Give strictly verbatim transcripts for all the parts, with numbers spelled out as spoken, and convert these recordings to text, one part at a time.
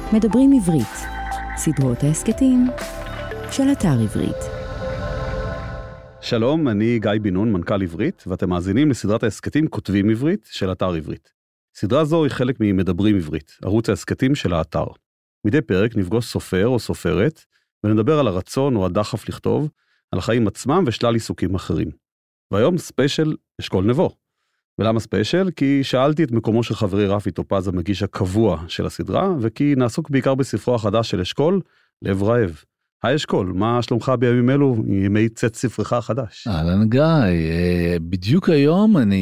מדברים עברית, סדרות ההסקטים של אתר עברית. שלום, אני גיא בן-נון, מנכ"ל עברית, ואתם מאזינים לסדרת ההסקטים כותבים עברית של אתר עברית. סדרה זו היא חלק ממדברים עברית, ערוץ ההסקטים של האתר. מדי פרק נפגוש סופר או סופרת, ונדבר על הרצון או הדחף לכתוב, על החיים עצמם ושלל עיסוקים אחרים. והיום ספיישל אשכול נבו. ולמה ספיישל? כי שאלתי את מקומו של חברי רפי טופז, המגיש הקבוע של הסדרה, וכי נעסוק בעיקר בספרו החדש של אשכול, לב רעב. היי אשכול, מה שלומך בימים אלו, ימי צאת ספרך החדש? אהלן גיא, בדיוק היום אני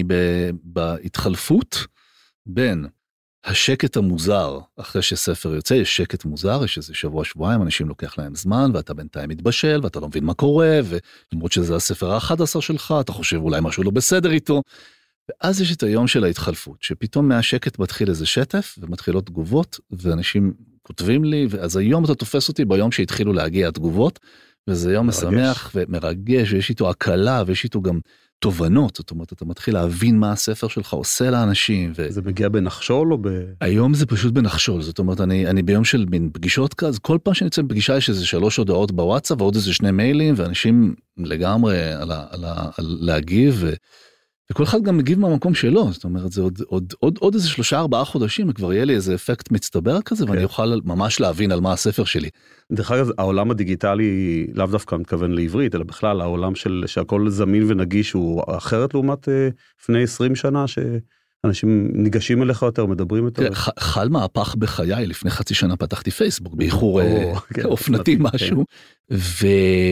בהתחלפות בין השקט המוזר, אחרי שספר יוצא, יש שקט מוזר, יש איזה שבוע שבועיים, אנשים לוקח להם זמן, ואתה בינתיים מתבשל, ואתה לא מבין מה קורה, ולמרות שזה הספר ה-אחד עשר שלך, אתה חושב אולי משהו לא בסדר איתו, ואז יש את היום של ההתחלפות, שפתאום מהשקט מתחיל איזה שטף, ומתחילות תגובות, ואנשים כותבים לי, ואז היום אתה תופס אותי ביום שהתחילו להגיע התגובות, וזה יום מרגש. משמח ומרגש, ויש איתו הקלה, ויש איתו גם תובנות, זאת אומרת, אתה מתחיל להבין מה הספר שלך עושה לאנשים. ו... זה מגיע בנחשול או ב... היום זה פשוט בנחשול, זאת אומרת, אני, אני ביום של מין פגישות כזה, כל פעם שאני יוצא בפגישה יש איזה שלוש הודעות בוואטסאפ, ועוד איזה שני מיילים, ואנשים לגמרי על, ה, על, ה, על להגיב, ו... וכל אחד גם מגיב מהמקום שלו, זאת אומרת, זה עוד, עוד, עוד, עוד איזה שלושה, ארבעה חודשים, כבר יהיה לי איזה אפקט מצטבר כזה, כן. ואני אוכל ממש להבין על מה הספר שלי. דרך אגב, העולם הדיגיטלי לאו דווקא מתכוון לעברית, אלא בכלל, העולם של, שהכל זמין ונגיש הוא אחרת לעומת לפני עשרים שנה, שאנשים ניגשים אליך יותר, מדברים יותר. כן, חל מהפך בחיי, לפני חצי שנה פתחתי פייסבוק, באיחור כן, אופנתי משהו, כן. ו...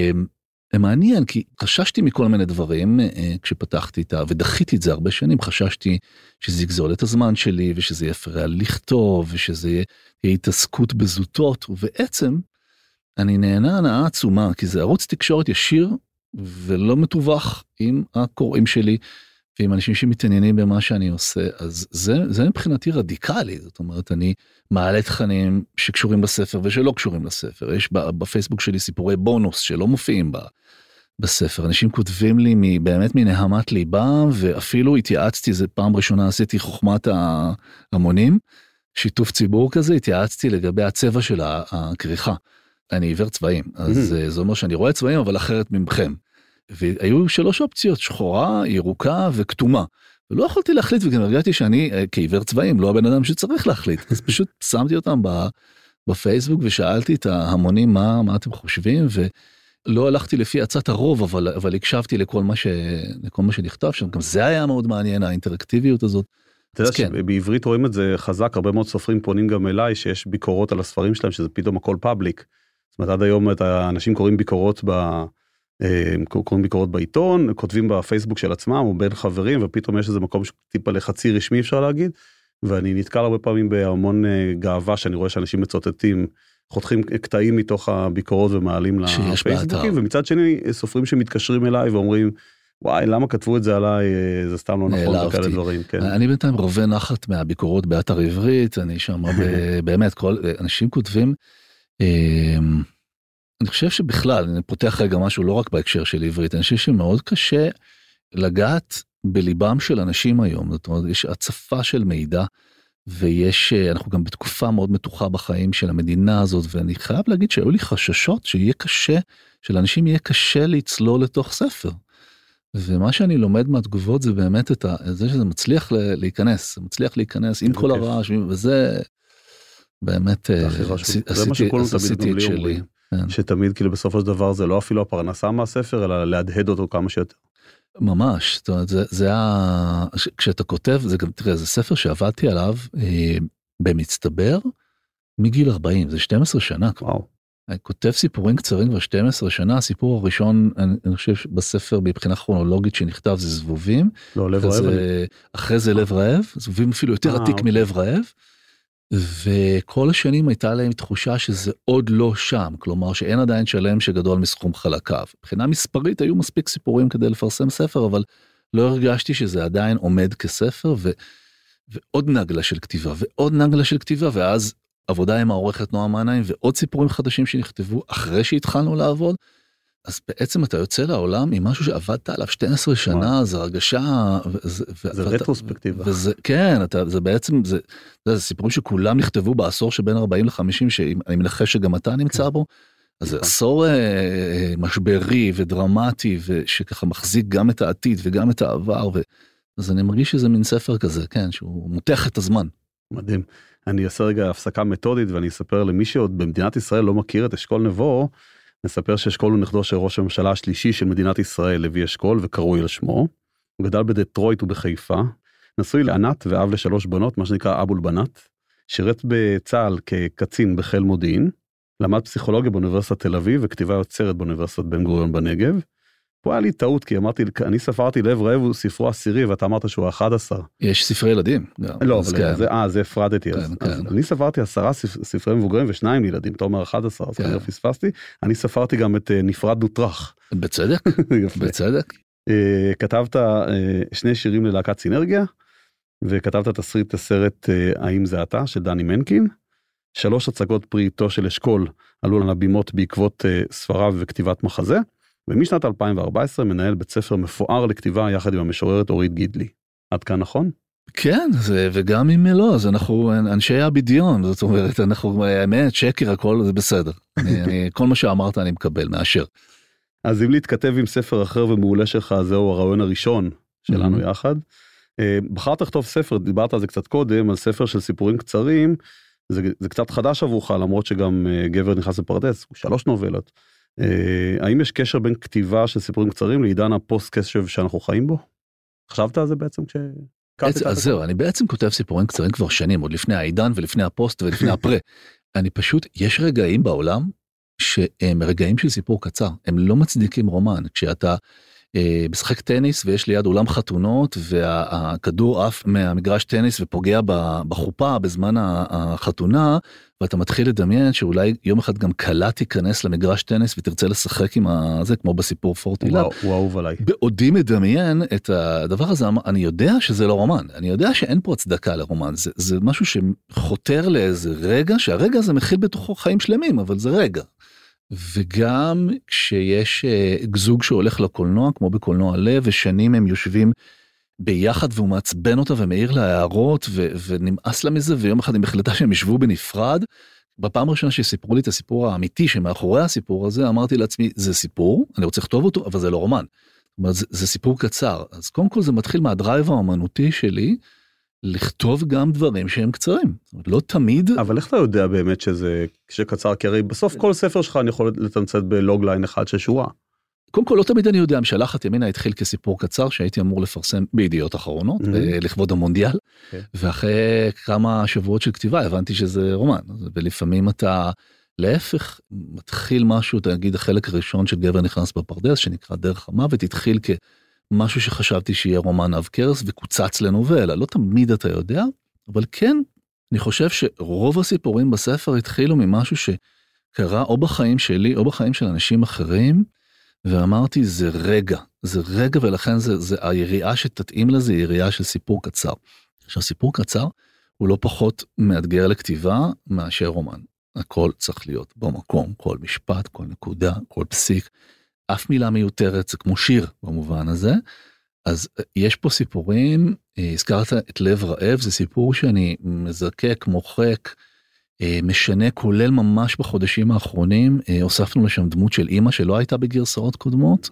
זה מעניין, כי חששתי מכל מיני דברים כשפתחתי איתה, ודחיתי את זה הרבה שנים, חששתי שזה יגזול את הזמן שלי, ושזה יפריע לכתוב, ושזה יהיה התעסקות בזוטות, ובעצם אני נהנה הנאה עצומה, כי זה ערוץ תקשורת ישיר, ולא מתווך עם הקוראים שלי, ועם אנשים שמתעניינים במה שאני עושה, אז זה, זה מבחינתי רדיקלי, זאת אומרת, אני מעלה תכנים שקשורים לספר ושלא קשורים לספר, יש בפייסבוק שלי סיפורי בונוס שלא מופיעים בה, בספר, אנשים כותבים לי באמת מנהמת ליבם, ואפילו התייעצתי, זה פעם ראשונה עשיתי חוכמת ההמונים, שיתוף ציבור כזה, התייעצתי לגבי הצבע של הכריכה, אני עיוור צבעים, אז זה אומר שאני רואה צבעים, אבל אחרת ממכם, והיו שלוש אופציות, שחורה, ירוקה וכתומה, ולא יכולתי להחליט, וגם הרגעתי שאני כעיוור צבעים, לא הבן אדם שצריך להחליט, אז פשוט שמתי אותם בפייסבוק, ושאלתי את ההמונים מה, מה אתם חושבים, ולא הלכתי לפי עצת הרוב, אבל, אבל הקשבתי לכל מה, ש, לכל מה שנכתב שם, גם זה היה מאוד מעניין, האינטראקטיבית הזאת. אתה יודע שבעברית רואים את זה חזק, הרבה מאוד סופרים פונים גם אליי, שיש ביקורות על הספרים שלהם, שזה פתאום הכל פאבליק, זאת אומרת, עד היום האנשים קוראים ביקורות ב... קוראים ביקורות בעיתון, כותבים בפייסבוק של עצמם, או בין חברים, ופתאום יש איזה מקום טיפה לחצי רשמי אפשר להגיד, ואני נתקל הרבה פעמים בהמון גאווה, שאני רואה שאנשים מצוטטים, חותכים קטעים מתוך הביקורות ומעלים לפייסבוקים, ומצד שני סופרים שמתקשרים אליי ואומרים, וואי, למה כתבו את זה עליי, זה סתם לא נכון, וכאלה דברים. אני בינתיים רובה נחת מהביקורות באתר עברית, אני שם באמת, כל אנשים כותבים, אני חושב שבכלל, אני פותח רגע משהו לא רק בהקשר של עברית, אני חושב שמאוד קשה לגעת בליבם של אנשים היום, זאת אומרת, יש הצפה של מידע, ויש, אנחנו גם בתקופה מאוד מתוחה בחיים של המדינה הזאת, ואני חייב להגיד שהיו לי חששות שיהיה קשה, שלאנשים יהיה קשה לצלול לתוך ספר, ומה שאני לומד מהתגובות זה באמת את זה שזה מצליח להיכנס, מצליח להיכנס עם כל הרעש, וזה באמת, עשיתי את שלי. שתמיד כאילו בסופו של דבר זה לא אפילו הפרנסה מהספר, אלא להדהד אותו כמה שיותר. ממש, זאת אומרת, זה, זה ה... כשאתה כותב, זה גם, תראה, זה ספר שעבדתי עליו אה, במצטבר מגיל ארבעים, זה שתים עשרה שנה. וואו. אני כותב סיפורים קצרים כבר שתים עשרה שנה, הסיפור הראשון, אני, אני חושב בספר מבחינה כרונולוגית שנכתב זה זבובים. לא, לב רעב. זה, אחרי זה לב רעב, זבובים אפילו יותר עתיק אוקיי. מלב רעב. וכל השנים הייתה להם תחושה שזה עוד לא שם, כלומר שאין עדיין שלם שגדול מסכום חלקיו. מבחינה מספרית היו מספיק סיפורים כדי לפרסם ספר, אבל לא הרגשתי שזה עדיין עומד כספר, ו... ועוד נגלה של כתיבה, ועוד נגלה של כתיבה, ואז עבודה עם העורכת נועה מנהיים, ועוד סיפורים חדשים שנכתבו אחרי שהתחלנו לעבוד, אז בעצם אתה יוצא לעולם עם משהו שעבדת עליו שתים עשרה שנה, זה הרגשה... זה רטרוספקטיבה. כן, זה בעצם, זה סיפורים שכולם נכתבו בעשור שבין ארבעים לחמישים, שאני מנחש שגם אתה נמצא בו, אז זה עשור משברי ודרמטי, ושככה מחזיק גם את העתיד וגם את העבר, אז אני מרגיש שזה מין ספר כזה, כן, שהוא מותח את הזמן. מדהים. אני אעשה רגע הפסקה מתודית, ואני אספר למי שעוד במדינת ישראל לא מכיר את אשכול נבו, נספר שאשכול הוא נכדו של ראש הממשלה השלישי של מדינת ישראל, לוי אשכול, וקרוי על שמו. הוא גדל בדטרויט ובחיפה, נשוי לענת ואב לשלוש בנות, מה שנקרא אבול בנת, שירת בצה"ל כקצין בחיל מודיעין, למד פסיכולוגיה באוניברסיטת תל אביב, וכתיבה יוצרת באוניברסיטת בן גוריון בנגב. פה היה לי טעות, כי אמרתי, אני ספרתי לב רעב הוא ספרו עשירי, ואתה אמרת שהוא אחד עשר. יש ספרי ילדים. לא, אבל זה, אה, זה הפרדתי. אז אני ספרתי עשרה ספרי מבוגרים ושניים לילדים, אתה אומר אחד עשר, אז כנראה פספסתי. אני ספרתי גם את נפרד דוטרח. בצדק, בצדק. כתבת שני שירים ללהקת סינרגיה, וכתבת תסריט הסרט האם זה אתה, של דני מנקין. שלוש הצגות פרי עטו של אשכול עלו על הבימות בעקבות ספריו וכתיבת מחזה. ומשנת אלפיים וארבע עשרה מנהל בית ספר מפואר לכתיבה יחד עם המשוררת אורית גידלי. עד כאן נכון? כן, זה, וגם אם לא, אז אנחנו אנשי הבדיון, זאת אומרת, אנחנו, האמת, שקר, הכל זה בסדר. אני, אני, כל מה שאמרת אני מקבל, מאשר. אז אם להתכתב עם ספר אחר ומעולה שלך, זהו הרעיון הראשון שלנו mm-hmm. יחד. בחרת לכתוב ספר, דיברת על זה קצת קודם, על ספר של סיפורים קצרים, זה, זה קצת חדש עבורך, למרות שגם גבר נכנס לפרדס, הוא שלוש נובלות. האם יש קשר בין כתיבה של סיפורים קצרים לעידן הפוסט קשב שאנחנו חיים בו? חשבת על זה בעצם כש... אז זהו, אני בעצם כותב סיפורים קצרים כבר שנים, עוד לפני העידן ולפני הפוסט ולפני הפרה. אני פשוט, יש רגעים בעולם שהם רגעים של סיפור קצר, הם לא מצדיקים רומן. כשאתה משחק טניס ויש ליד אולם חתונות והכדור עף מהמגרש טניס ופוגע בחופה בזמן החתונה, ואתה מתחיל לדמיין שאולי יום אחד גם קלה תיכנס למגרש טניס ותרצה לשחק עם זה, כמו בסיפור פורטילה. הוא אהוב עליי. בעודי מדמיין את הדבר הזה, אני יודע שזה לא רומן, אני יודע שאין פה הצדקה לרומן, זה, זה משהו שחותר לאיזה רגע, שהרגע הזה מכיל בתוכו חיים שלמים, אבל זה רגע. וגם כשיש זוג שהולך לקולנוע, כמו בקולנוע לב, ושנים הם יושבים ביחד, והוא מעצבן אותה ומאיר לה הערות, ו- ונמאס לה מזה, ויום אחד היא מחליטה שהם ישבו בנפרד. בפעם הראשונה שסיפרו לי את הסיפור האמיתי, שמאחורי הסיפור הזה, אמרתי לעצמי, זה סיפור, אני רוצה לכתוב אותו, אבל זה לא רומן. זאת אומרת, זה, זה סיפור קצר. אז קודם כל זה מתחיל מהדרייב האמנותי שלי, לכתוב גם דברים שהם קצרים. זאת אומרת, לא תמיד... אבל איך אתה יודע באמת שזה קצר? כי הרי בסוף כל ספר שלך אני יכול לתמצת בלוג ליין אחד של שורה. קודם כל, לא תמיד אני יודע, משלחת ימינה התחיל כסיפור קצר, שהייתי אמור לפרסם בידיעות אחרונות, לכבוד המונדיאל, ואחרי כמה שבועות של כתיבה, הבנתי שזה רומן, ולפעמים אתה, להפך, מתחיל משהו, אתה נגיד, החלק הראשון של גבר נכנס בפרדס, שנקרא דרך המוות, התחיל כמשהו שחשבתי שיהיה רומן עב כרס, וקוצץ לנובלה, לא תמיד אתה יודע, אבל כן, אני חושב שרוב הסיפורים בספר התחילו ממשהו שקרה או בחיים שלי, או בחיים של אנשים אחרים, ואמרתי, זה רגע, זה רגע, ולכן זה, זה היריעה שתתאים לזה, היא יריעה של סיפור קצר. עכשיו, סיפור קצר הוא לא פחות מאתגר לכתיבה מאשר רומן. הכל צריך להיות במקום, כל משפט, כל נקודה, כל פסיק, אף מילה מיותרת, זה כמו שיר במובן הזה. אז יש פה סיפורים, הזכרת את לב רעב, זה סיפור שאני מזקק, מוחק, משנה, כולל ממש בחודשים האחרונים, הוספנו לשם דמות של אמא שלא הייתה בגרסאות קודמות,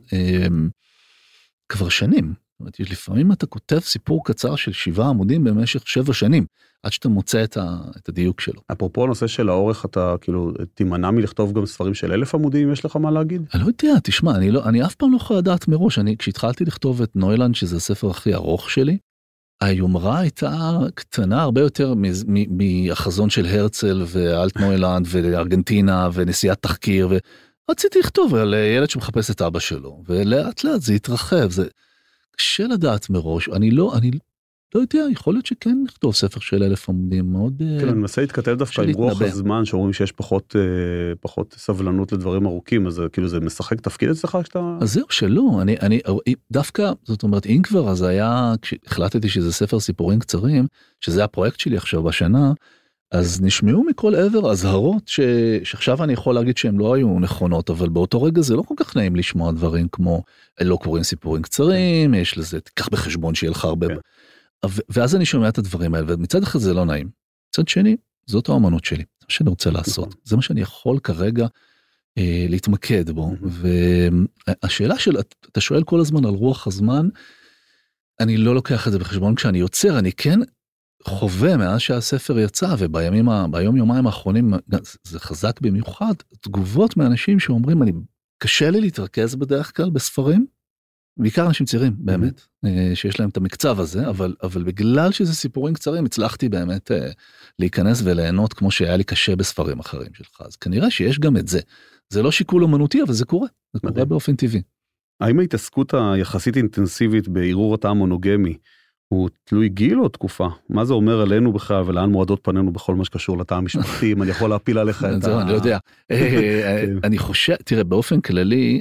כבר שנים. זאת אומרת, לפעמים אתה כותב סיפור קצר של שבעה עמודים במשך שבע שנים, עד שאתה מוצא את, ה, את הדיוק שלו. אפרופו הנושא של האורך, אתה כאילו תימנע מלכתוב גם ספרים של אלף עמודים, יש לך מה להגיד? אני לא יודע, תשמע, אני, לא, אני אף פעם לא יכול לדעת מראש, אני, כשהתחלתי לכתוב את נוילנד, שזה הספר הכי ארוך שלי, היומרה הייתה קטנה הרבה יותר מהחזון של הרצל ואלטנוילנד וארגנטינה ונסיעת תחקיר, ורציתי לכתוב על ילד שמחפש את אבא שלו, ולאט לאט זה התרחב, זה קשה לדעת מראש, אני לא, אני לא יודע, יכול להיות שכן נכתוב ספר של אלף עמודים, מאוד... כן, אני מנסה להתכתב דווקא עם רוח הזמן, שאומרים שיש פחות, פחות סבלנות לדברים ארוכים, אז כאילו זה משחק תפקיד אצלך כשאתה... אז זהו שלא, אני, אני, דווקא, זאת אומרת, אם כבר, אז היה, כשהחלטתי שזה ספר סיפורים קצרים, שזה הפרויקט שלי עכשיו בשנה, אז נשמעו מכל עבר הזהרות ש... שעכשיו אני יכול להגיד שהן לא היו נכונות, אבל באותו רגע זה לא כל כך נעים לשמוע דברים כמו, לא קוראים סיפורים קצרים, יש לזה, תיקח בחשבון שיהיה לך הרבה. ו... ואז אני שומע את הדברים האלה, ומצד אחד זה לא נעים. מצד שני, זאת האמנות שלי, זה מה שאני רוצה לעשות, זה מה שאני יכול כרגע אה, להתמקד בו. והשאלה של, אתה שואל כל הזמן על רוח הזמן, אני לא לוקח את זה בחשבון כשאני יוצר, אני כן חווה מאז שהספר יצא, ובימים, ביום יומיים האחרונים, זה חזק במיוחד, תגובות מאנשים שאומרים, אני, קשה לי להתרכז בדרך כלל בספרים, בעיקר אנשים צעירים, באמת, שיש להם את המקצב הזה, אבל, אבל בגלל שזה סיפורים קצרים, הצלחתי באמת להיכנס וליהנות כמו שהיה לי קשה בספרים אחרים שלך, אז כנראה שיש גם את זה. זה לא שיקול אמנותי, אבל זה קורה, זה קורה באופן טבעי. האם ההתעסקות היחסית אינטנסיבית בעירור התא המונוגמי, הוא תלוי גיל או תקופה? מה זה אומר עלינו בכלל, ולאן מועדות פנינו בכל מה שקשור לתא המשפחתי, אם אני יכול להפיל עליך את ה... אני לא יודע. אני חושב, תראה, באופן כללי,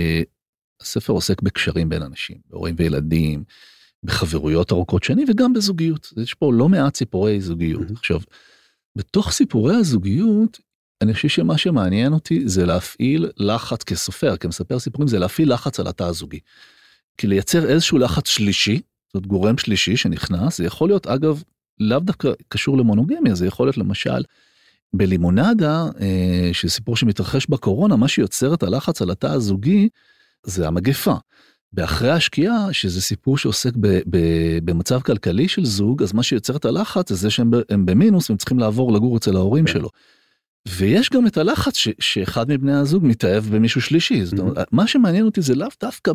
הספר עוסק בקשרים בין אנשים, בהורים וילדים, בחברויות ארוכות שנים, וגם בזוגיות. יש פה לא מעט סיפורי זוגיות. עכשיו, בתוך סיפורי הזוגיות, אני חושב שמה שמעניין אותי זה להפעיל לחץ כסופר, כמספר סיפורים, זה להפעיל לחץ על התא הזוגי. כי לייצר איזשהו לחץ שלישי, זאת גורם שלישי שנכנס, זה יכול להיות אגב, לאו דווקא קשור למונוגמיה, זה יכול להיות למשל, בלימונדה, שזה סיפור שמתרחש בקורונה, מה שיוצר את הלחץ על התא הזוגי, זה המגפה. באחרי השקיעה, שזה סיפור שעוסק ב, ב, במצב כלכלי של זוג, אז מה שיוצר את הלחץ, זה שהם במינוס, והם צריכים לעבור לגור אצל ההורים שלו. ויש גם את הלחץ ש, שאחד מבני הזוג מתאהב במישהו שלישי. זאת אומרת, מה שמעניין אותי זה לאו דווקא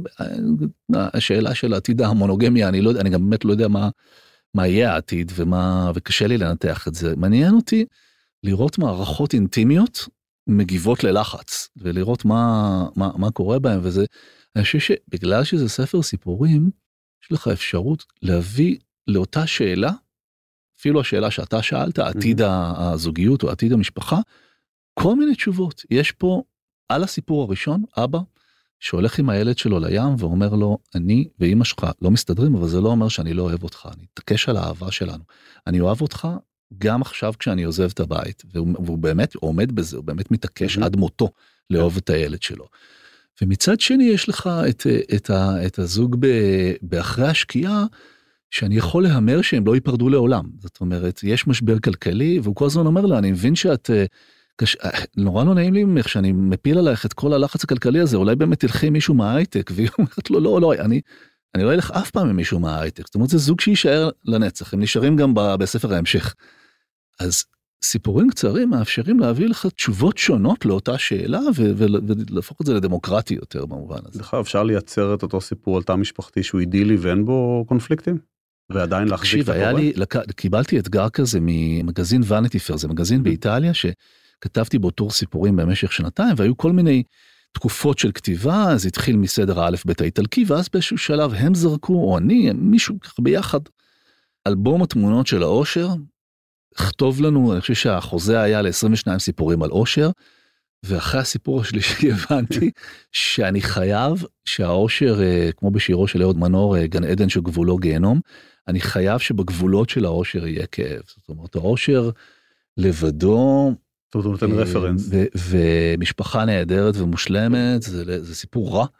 השאלה של העתיד המונוגמיה, אני, לא, אני גם באמת לא יודע מה, מה יהיה העתיד, ומה, וקשה לי לנתח את זה. מעניין אותי לראות מערכות אינטימיות מגיבות ללחץ, ולראות מה, מה, מה קורה בהם, וזה, אני חושב שבגלל שזה ספר סיפורים, יש לך אפשרות להביא לאותה שאלה, אפילו השאלה שאתה שאלת, עתיד הזוגיות או עתיד המשפחה, כל מיני תשובות. יש פה, על הסיפור הראשון, אבא, שהולך עם הילד שלו לים, ואומר לו, אני ואמא שלך לא מסתדרים, אבל זה לא אומר שאני לא אוהב אותך, אני אתעקש על האהבה שלנו. אני אוהב אותך גם עכשיו כשאני עוזב את הבית, והוא, והוא באמת עומד בזה, הוא באמת מתעקש עד מותו לאהוב את הילד שלו. ומצד שני יש לך את, את, ה, את הזוג ב, באחרי השקיעה, שאני יכול להמר שהם לא ייפרדו לעולם. זאת אומרת, יש משבר כלכלי, והוא כל הזמן אומר לה, אני מבין שאת, קש... נורא לא נעים לי ממך, שאני מפיל עליך את כל הלחץ הכלכלי הזה, אולי באמת תלכי מישהו מההייטק, והיא אומרת לו, לא, לא, אני, אני לא אלך אף פעם עם מישהו מההייטק. זאת אומרת, זה זוג שישאר לנצח, הם נשארים גם בספר ההמשך. אז סיפורים קצרים מאפשרים להביא לך תשובות שונות לאותה שאלה, ולהפוך את זה לדמוקרטי יותר במובן הזה. דרך אפשר לייצר את אותו סיפור על תא משפחתי שהוא אידילי ואין בו קונפליקטים? ועדיין להחזיק את הקורא? לי, קיבלתי אתגר כזה ממגזין וניטי פייר, זה מגזין באיטליה שכתבתי בו טור סיפורים במשך שנתיים, והיו כל מיני תקופות של כתיבה, אז התחיל מסדר האלף בית האיטלקי, ואז באיזשהו שלב הם זרקו, או אני, מישהו ככה ביחד, אלבום התמונות של האושר, כתוב לנו, אני חושב שהחוזה היה ל-עשרים ושניים סיפורים על אושר, ואחרי הסיפור השלישי הבנתי שאני חייב שהאושר, כמו בשירו של אהוד מנור, גן עדן שגבולו גיהנום, אני חייב שבגבולות של האושר יהיה כאב. זאת אומרת, האושר לבדו, אתה נותן רפרנס. ומשפחה נהדרת ומושלמת, זה סיפור רע.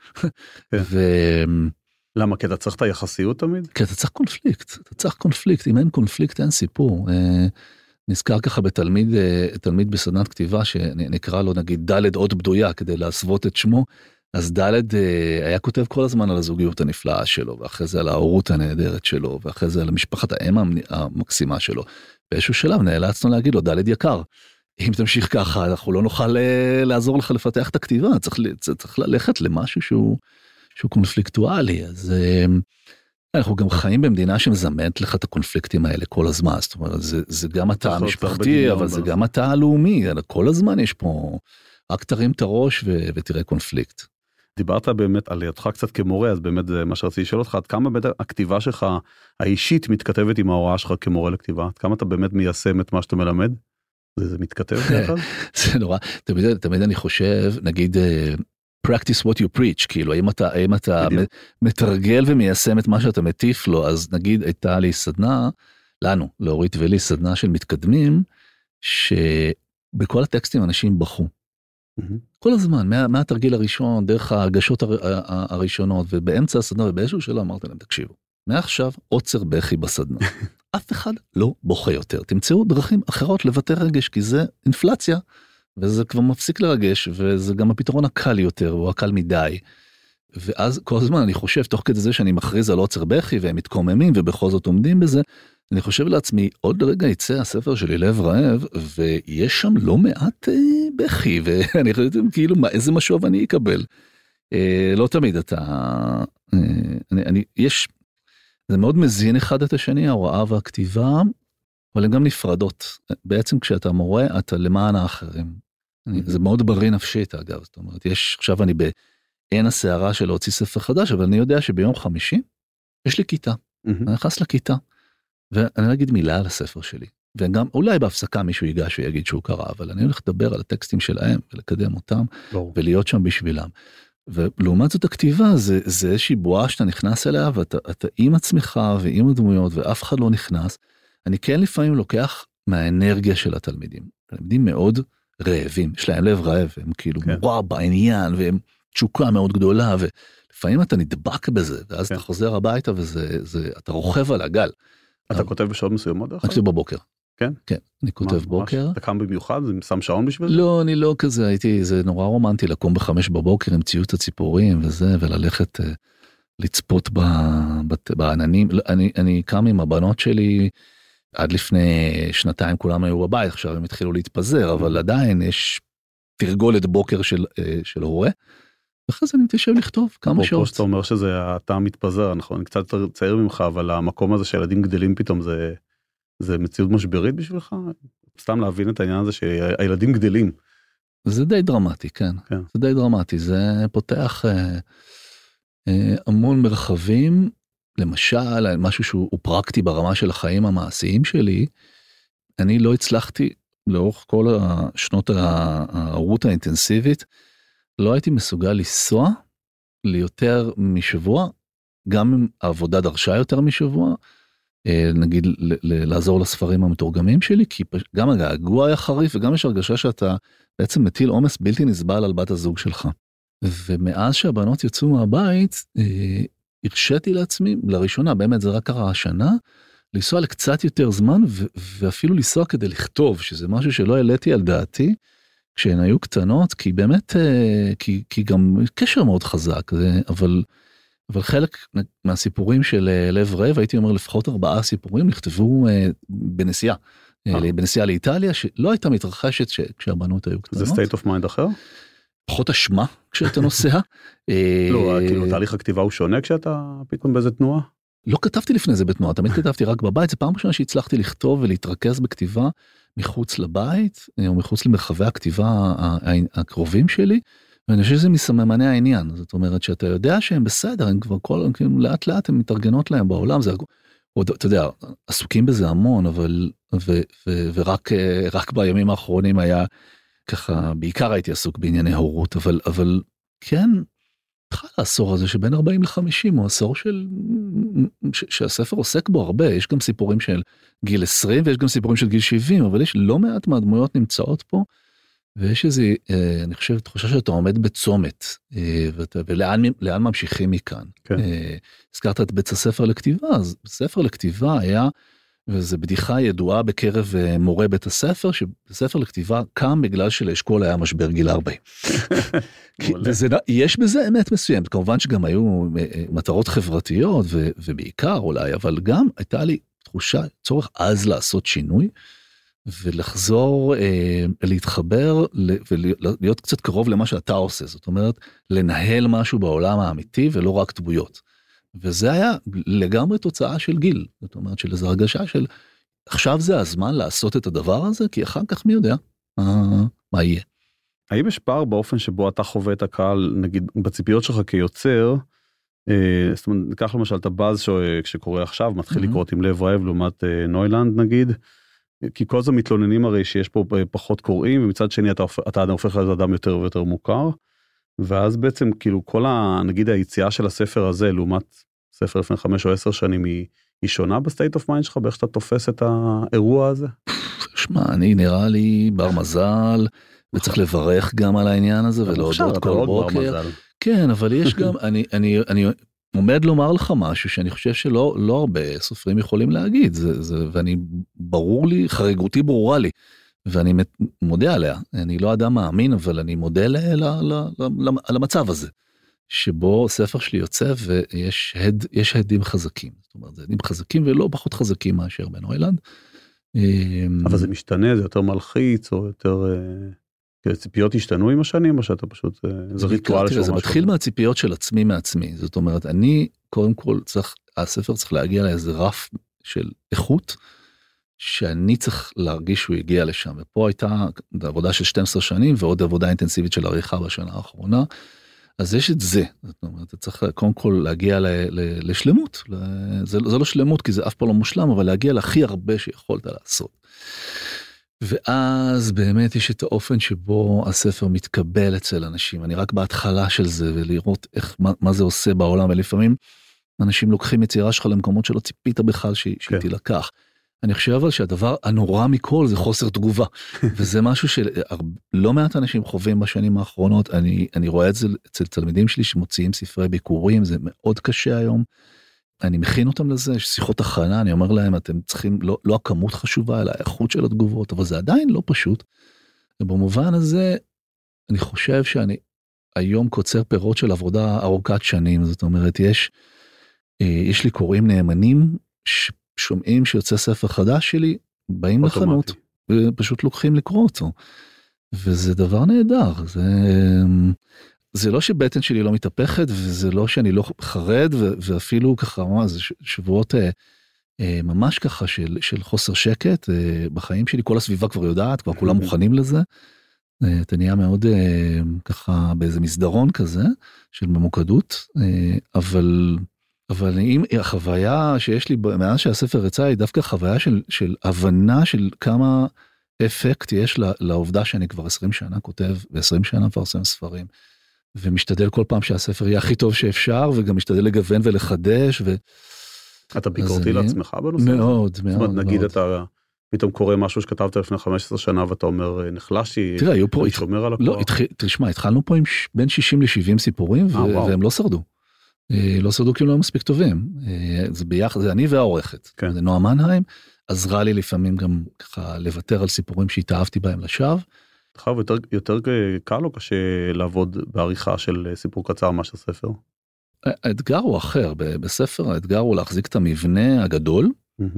למה? כי אתה צריך את היחסיות תמיד? כי אתה צריך קונפליקט, אתה צריך קונפליקט, אם אין קונפליקט אין סיפור. נזכר ככה בתלמיד, תלמיד בסדנת כתיבה שנקרא לו נגיד ד' עוד בדויה כדי להסוות את שמו, אז ד' היה כותב כל הזמן על הזוגיות הנפלאה שלו, ואחרי זה על ההורות הנהדרת שלו, ואחרי זה על משפחת האם המקסימה שלו. באיזשהו שלב נאלצנו להגיד לו, ד' יקר, אם תמשיך ככה אנחנו לא נוכל לעזור לך לפתח את הכתיבה, צריך, צריך ללכת למשהו שהוא, שהוא קונפליקטואלי, אז אנחנו גם חיים במדינה שמזמנת לך את הקונפליקטים האלה כל הזמן, זאת אומרת, זה, זה גם התא המשפחתי, אבל זה גם התא הלאומי, כל הזמן יש פה, רק תרים את הראש ו, ותראה קונפליקט. דיברת באמת על ידך קצת כמורה, אז באמת זה מה שרציתי לשאול אותך, עד כמה באמת הכתיבה שלך האישית מתכתבת עם ההוראה שלך כמורה לכתיבה, עד כמה אתה באמת מיישם את מה שאתה מלמד? זה, זה מתכתב ביחד? זה נורא, תמיד, תמיד אני חושב, נגיד, practice what you preach, כאילו, האם אתה, האם אתה מתרגל ומיישם את מה שאתה מטיף לו, אז נגיד הייתה לי סדנה, לנו, לאורית ולי, סדנה של מתקדמים, שבכל הטקסטים אנשים בחו. כל הזמן, מה, מהתרגיל הראשון, דרך ההגשות הר, הראשונות, ובאמצע הסדנה, ובאיזשהו שלא אמרתי להם, תקשיבו, מעכשיו עוצר בכי בסדנה. אף אחד לא בוכה יותר. תמצאו דרכים אחרות לבטא רגש, כי זה אינפלציה, וזה כבר מפסיק לרגש, וזה גם הפתרון הקל יותר, הוא הקל מדי. ואז כל הזמן אני חושב, תוך כדי זה שאני מכריז על עוצר בכי, והם מתקוממים, ובכל זאת עומדים בזה, אני חושב לעצמי, עוד רגע יצא הספר שלי לב רעב, ויש שם לא מעט אה, בכי, ואני חושב כאילו, מה, איזה משוב אני אקבל. אה, לא תמיד אתה, אה, אני, אני, יש, זה מאוד מזין אחד את השני, ההוראה והכתיבה, אבל הן גם נפרדות. בעצם כשאתה מורה, אתה למען האחרים. אני, זה מאוד בריא נפשית, אגב. זאת אומרת, יש, עכשיו אני בעין הסערה של להוציא ספר חדש, אבל אני יודע שביום חמישי, יש לי כיתה. אני נכנס לכיתה. ואני לא אגיד מילה על הספר שלי, וגם אולי בהפסקה מישהו ייגש ויגיד שהוא קרא, אבל אני הולך לדבר על הטקסטים שלהם, ולקדם אותם, ברור. ולהיות שם בשבילם. ולעומת זאת הכתיבה, זה, זה איזושהי בועה שאתה נכנס אליה, ואתה אתה עם עצמך ועם הדמויות, ואף אחד לא נכנס. אני כן לפעמים לוקח מהאנרגיה של התלמידים. תלמידים מאוד רעבים, יש להם לב רעב, הם כאילו כן. וואו בעניין, והם תשוקה מאוד גדולה, ולפעמים אתה נדבק בזה, ואז כן. אתה חוזר הביתה, וזה, זה, אתה רוכב על הגל. אתה כותב בשעות מסוימות? אני כותב בבוקר. כן? כן, אני כותב בוקר. אתה קם במיוחד? זה שם שעון בשביל זה? לא, אני לא כזה, הייתי, זה נורא רומנטי לקום בחמש בבוקר עם ציוט הציפורים וזה, וללכת לצפות בעננים. אני קם עם הבנות שלי, עד לפני שנתיים כולם היו בבית, עכשיו הם התחילו להתפזר, אבל עדיין יש תרגולת בוקר של הורה. ואחרי זה אני מתיישב לכתוב כמה שעות. פה שאתה אומר שזה אתה מתפזר, נכון? אני קצת צעיר ממך, אבל המקום הזה שילדים גדלים פתאום זה, זה מציאות משברית בשבילך? סתם להבין את העניין הזה שהילדים גדלים. זה די דרמטי, כן. כן. זה די דרמטי, זה פותח אה, אה, המון מרחבים, למשל, משהו שהוא פרקטי ברמה של החיים המעשיים שלי, אני לא הצלחתי לאורך כל השנות ההורות האינטנסיבית, לא הייתי מסוגל לנסוע ליותר משבוע, גם אם העבודה דרשה יותר משבוע, נגיד לעזור לספרים המתורגמים שלי, כי גם הגעגוע היה חריף, וגם יש הרגשה שאתה בעצם מטיל עומס בלתי נסבל על בת הזוג שלך. ומאז שהבנות יצאו מהבית, הרשיתי לעצמי, לראשונה, באמת זה רק קרה השנה, לנסוע לקצת יותר זמן, ואפילו לנסוע כדי לכתוב, שזה משהו שלא העליתי על דעתי, כשהן היו קטנות, כי באמת, כי, כי גם קשר מאוד חזק, אבל, אבל חלק מהסיפורים של לב רעב, הייתי אומר לפחות ארבעה סיפורים, נכתבו בנסיעה, בנסיעה לאיטליה, שלא הייתה מתרחשת כשהבנות היו קטנות. זה state of mind אחר? פחות אשמה כשאתה נוסע. לא, כאילו תהליך הכתיבה הוא שונה כשאתה פתאום באיזה תנועה? לא כתבתי לפני זה בתנועה, תמיד כתבתי רק בבית, זה פעם ראשונה שהצלחתי לכתוב ולהתרכז בכתיבה מחוץ לבית, או מחוץ למרחבי הכתיבה הקרובים שלי, ואני חושב שזה מסממני העניין, זאת אומרת שאתה יודע שהם בסדר, הם כבר כל, כאילו, לאט לאט הם מתארגנות להם בעולם, זה, עוד, אתה יודע, עסוקים בזה המון, אבל, ו, ו, ורק רק בימים האחרונים היה, ככה, בעיקר הייתי עסוק בענייני הורות, אבל, אבל כן, בכלל העשור הזה שבין ארבעים לחמישים הוא עשור של, ש, שהספר עוסק בו הרבה, יש גם סיפורים של גיל עשרים ויש גם סיפורים של גיל שבעים, אבל יש לא מעט מהדמויות נמצאות פה, ויש איזה, אני חושב, תחושה שאתה עומד בצומת, ולאן לאן ממשיכים מכאן. כן. הזכרת את בית הספר לכתיבה, אז ספר לכתיבה היה, וזו בדיחה ידועה בקרב מורה בית הספר, שספר לכתיבה קם בגלל שלאשכול היה משבר גיל ארבעים. יש בזה אמת מסוימת, כמובן שגם היו מטרות חברתיות, ובעיקר אולי, אבל גם הייתה לי תחושה, צורך אז לעשות שינוי, ולחזור, להתחבר, ולהיות קצת קרוב למה שאתה עושה, זאת אומרת, לנהל משהו בעולם האמיתי, ולא רק דמויות. וזה היה לגמרי תוצאה של גיל, זאת אומרת של איזו הרגשה של, עכשיו זה הזמן לעשות את הדבר הזה, כי אחר כך מי יודע מה, מה יהיה. האם יש פער באופן שבו אתה חווה את הקהל, נגיד בציפיות שלך כיוצר, אה, זאת אומרת, ניקח למשל את הבאז שקורה עכשיו, מתחיל mm-hmm. לקרות עם לב רעב לעומת אה, נוילנד נגיד, כי כל זה מתלוננים הרי שיש פה פחות קוראים, ומצד שני אתה, אתה הופך להיות אדם יותר ויותר מוכר, ואז בעצם כאילו כל ה, נגיד היציאה של הספר הזה, לעומת ספר לפני חמש או עשר שנים, היא, היא שונה בסטייט אוף מיינד שלך, באיך שאתה תופס את האירוע הזה? שמע, אני נראה לי בר מזל, וצריך לברך גם על העניין הזה, ולהודות כל בוקר. כן, אבל יש גם, אני, אני, אני עומד לומר לך משהו, שאני חושב שלא, לא הרבה סופרים יכולים להגיד, זה, זה, ואני, ברור לי, חריגותי ברורה לי, ואני מודה עליה, אני לא אדם מאמין, אבל אני מודה ל, ל, ל, ל, על המצב הזה, שבו ספר שלי יוצא, ויש הד, יש הדים חזקים, זאת אומרת, זה הדים חזקים ולא פחות חזקים מאשר בנוילנד. אבל זה משתנה, זה יותר מלחיץ, או יותר, ציפיות השתנו עם השנים, או שאתה פשוט, זה ריטואל של משהו. זה מתחיל מהציפיות של עצמי מעצמי, זאת אומרת, אני, קודם כל, צריך, הספר צריך להגיע לאיזה רף של איכות, שאני צריך להרגיש שהוא הגיע לשם, ופה הייתה עבודה של שתים עשרה שנים, ועוד עבודה אינטנסיבית של עריכה בשנה האחרונה, אז יש את זה, זאת אומרת, אתה צריך קודם כל להגיע ל, ל, לשלמות, זה, זה לא שלמות כי זה אף פעם לא מושלם, אבל להגיע להכי הרבה שיכולת לעשות. ואז באמת יש את האופן שבו הספר מתקבל אצל אנשים, אני רק בהתחלה של זה, ולראות איך, מה, מה זה עושה בעולם, ולפעמים אנשים לוקחים יצירה שלך למקומות שלא ציפית בכלל שהיא כן. תילקח. אני חושב אבל שהדבר הנורא מכל זה חוסר תגובה, וזה משהו שלא מעט אנשים חווים בשנים האחרונות, אני, אני רואה את זה אצל תלמידים שלי שמוציאים ספרי ביקורים, זה מאוד קשה היום, אני מכין אותם לזה, יש שיחות הכנה, אני אומר להם, אתם צריכים, לא, לא הכמות חשובה, אלא האיכות של התגובות, אבל זה עדיין לא פשוט, ובמובן הזה, אני חושב שאני היום קוצר פירות של עבודה ארוכת שנים, זאת אומרת, יש, יש לי קוראים נאמנים, ש... שומעים שיוצא ספר חדש שלי, באים לחנות, ופשוט לוקחים לקרוא אותו. וזה דבר נהדר. זה, זה לא שבטן שלי לא מתהפכת, וזה לא שאני לא חרד, ואפילו ככה, זה שבועות ממש ככה של, של חוסר שקט בחיים שלי, כל הסביבה כבר יודעת, כבר כולם מוכנים לזה. אתה נהיה מאוד ככה באיזה מסדרון כזה, של ממוקדות, אבל... אבל אם החוויה שיש לי, מאז שהספר יצא, היא דווקא חוויה של, של הבנה של כמה אפקט יש לעובדה שאני כבר עשרים שנה כותב, ו-עשרים שנה מפרסם ספרים, ומשתדל כל פעם שהספר יהיה הכי טוב שאפשר, וגם משתדל לגוון ולחדש. ו... אתה ביקורתי לעצמך בנושא? מאוד, מאוד. זאת אומרת, נגיד אתה פתאום קורא משהו שכתבת לפני חמש עשרה שנה, ואתה אומר, נחלשתי, תראה, היו פה, אני שומר על הכוח. לא, תשמע, התחלנו פה עם בין שישים ל-שבעים סיפורים, והם לא שרדו. לא שרדו כי הם לא מספיק טובים, זה ביחד, זה אני והעורכת, זה נועה מנהיים, עזרה לי לפעמים גם ככה לוותר על סיפורים שהתאהבתי בהם לשווא. יותר, יותר קל או קשה לעבוד בעריכה של סיפור קצר מאשר ספר? האתגר הוא אחר, בספר האתגר הוא להחזיק את המבנה הגדול,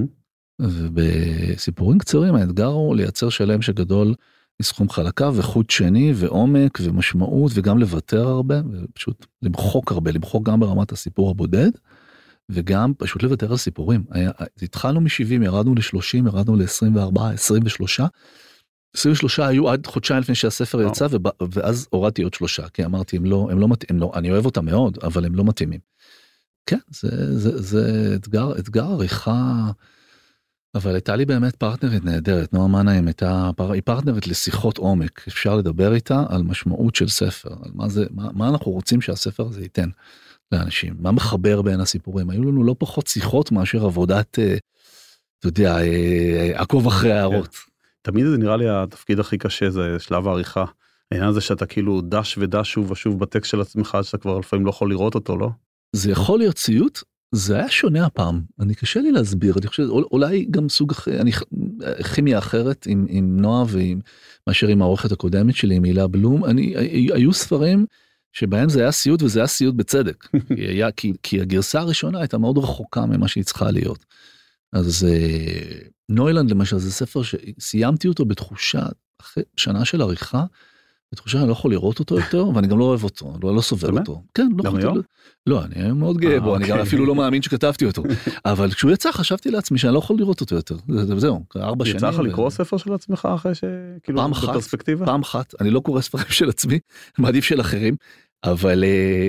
ובסיפורים קצרים האתגר הוא לייצר שלם שגדול מסכום חלקה וחוט שני ועומק ומשמעות וגם לוותר הרבה ופשוט למחוק הרבה, למחוק גם ברמת הסיפור הבודד וגם פשוט לוותר על סיפורים. התחלנו מ-שבעים, ירדנו ל-שלושים, ירדנו ל-עשרים וארבע, עשרים ושלוש. עשרים ושלוש היו עד חודשיים לפני שהספר יצא ואז הורדתי עוד שלושה כי אמרתי הם לא, הם לא מתאים, אני אוהב אותם מאוד אבל הם לא מתאימים. כן, זה, זה, זה אתגר, אתגר עריכה, אבל הייתה לי באמת פרטנרית נהדרת, נועה מנהיים הייתה, היא פרטנרית לשיחות עומק, אפשר לדבר איתה על משמעות של ספר, על מה זה, מה, מה אנחנו רוצים שהספר הזה ייתן לאנשים, מה מחבר בין הסיפורים, היו לנו לא פחות שיחות מאשר עבודת, אתה יודע, עקוב אחרי הערות. תמיד זה נראה לי התפקיד הכי קשה, זה שלב העריכה, העניין הזה שאתה כאילו דש ודש שוב ושוב בטקסט של עצמך, שאתה כבר לפעמים לא יכול לראות אותו, לא? זה יכול להיות ציוט, זה היה שונה הפעם, אני קשה לי להסביר, אני חושב, אולי גם סוג אחר, אני, כימיה אחרת עם, עם נועה ועם, מאשר עם העורכת הקודמת שלי, עם הילה בלום, אני, היו ספרים שבהם זה היה סיוט וזה היה סיוט בצדק, כי, היה, כי, כי הגרסה הראשונה הייתה מאוד רחוקה ממה שהיא צריכה להיות. אז נוילנד למשל זה ספר שסיימתי אותו בתחושה, אחרי שנה של עריכה, בתחושה אני לא יכול לראות אותו יותר, ואני גם לא אוהב אותו, אני לא סובל אותו. כן, לא יכולתי. לא, אני מאוד גאה בו, אני גם אפילו לא מאמין שכתבתי אותו. אבל כשהוא יצא, חשבתי לעצמי שאני לא יכול לראות אותו יותר. זהו, ארבע שנים. יצא לך לקרוא ספר של עצמך אחרי שכאילו בפרספקטיבה? פעם אחת, אני לא קורא ספרים של עצמי, מעדיף של אחרים, אבל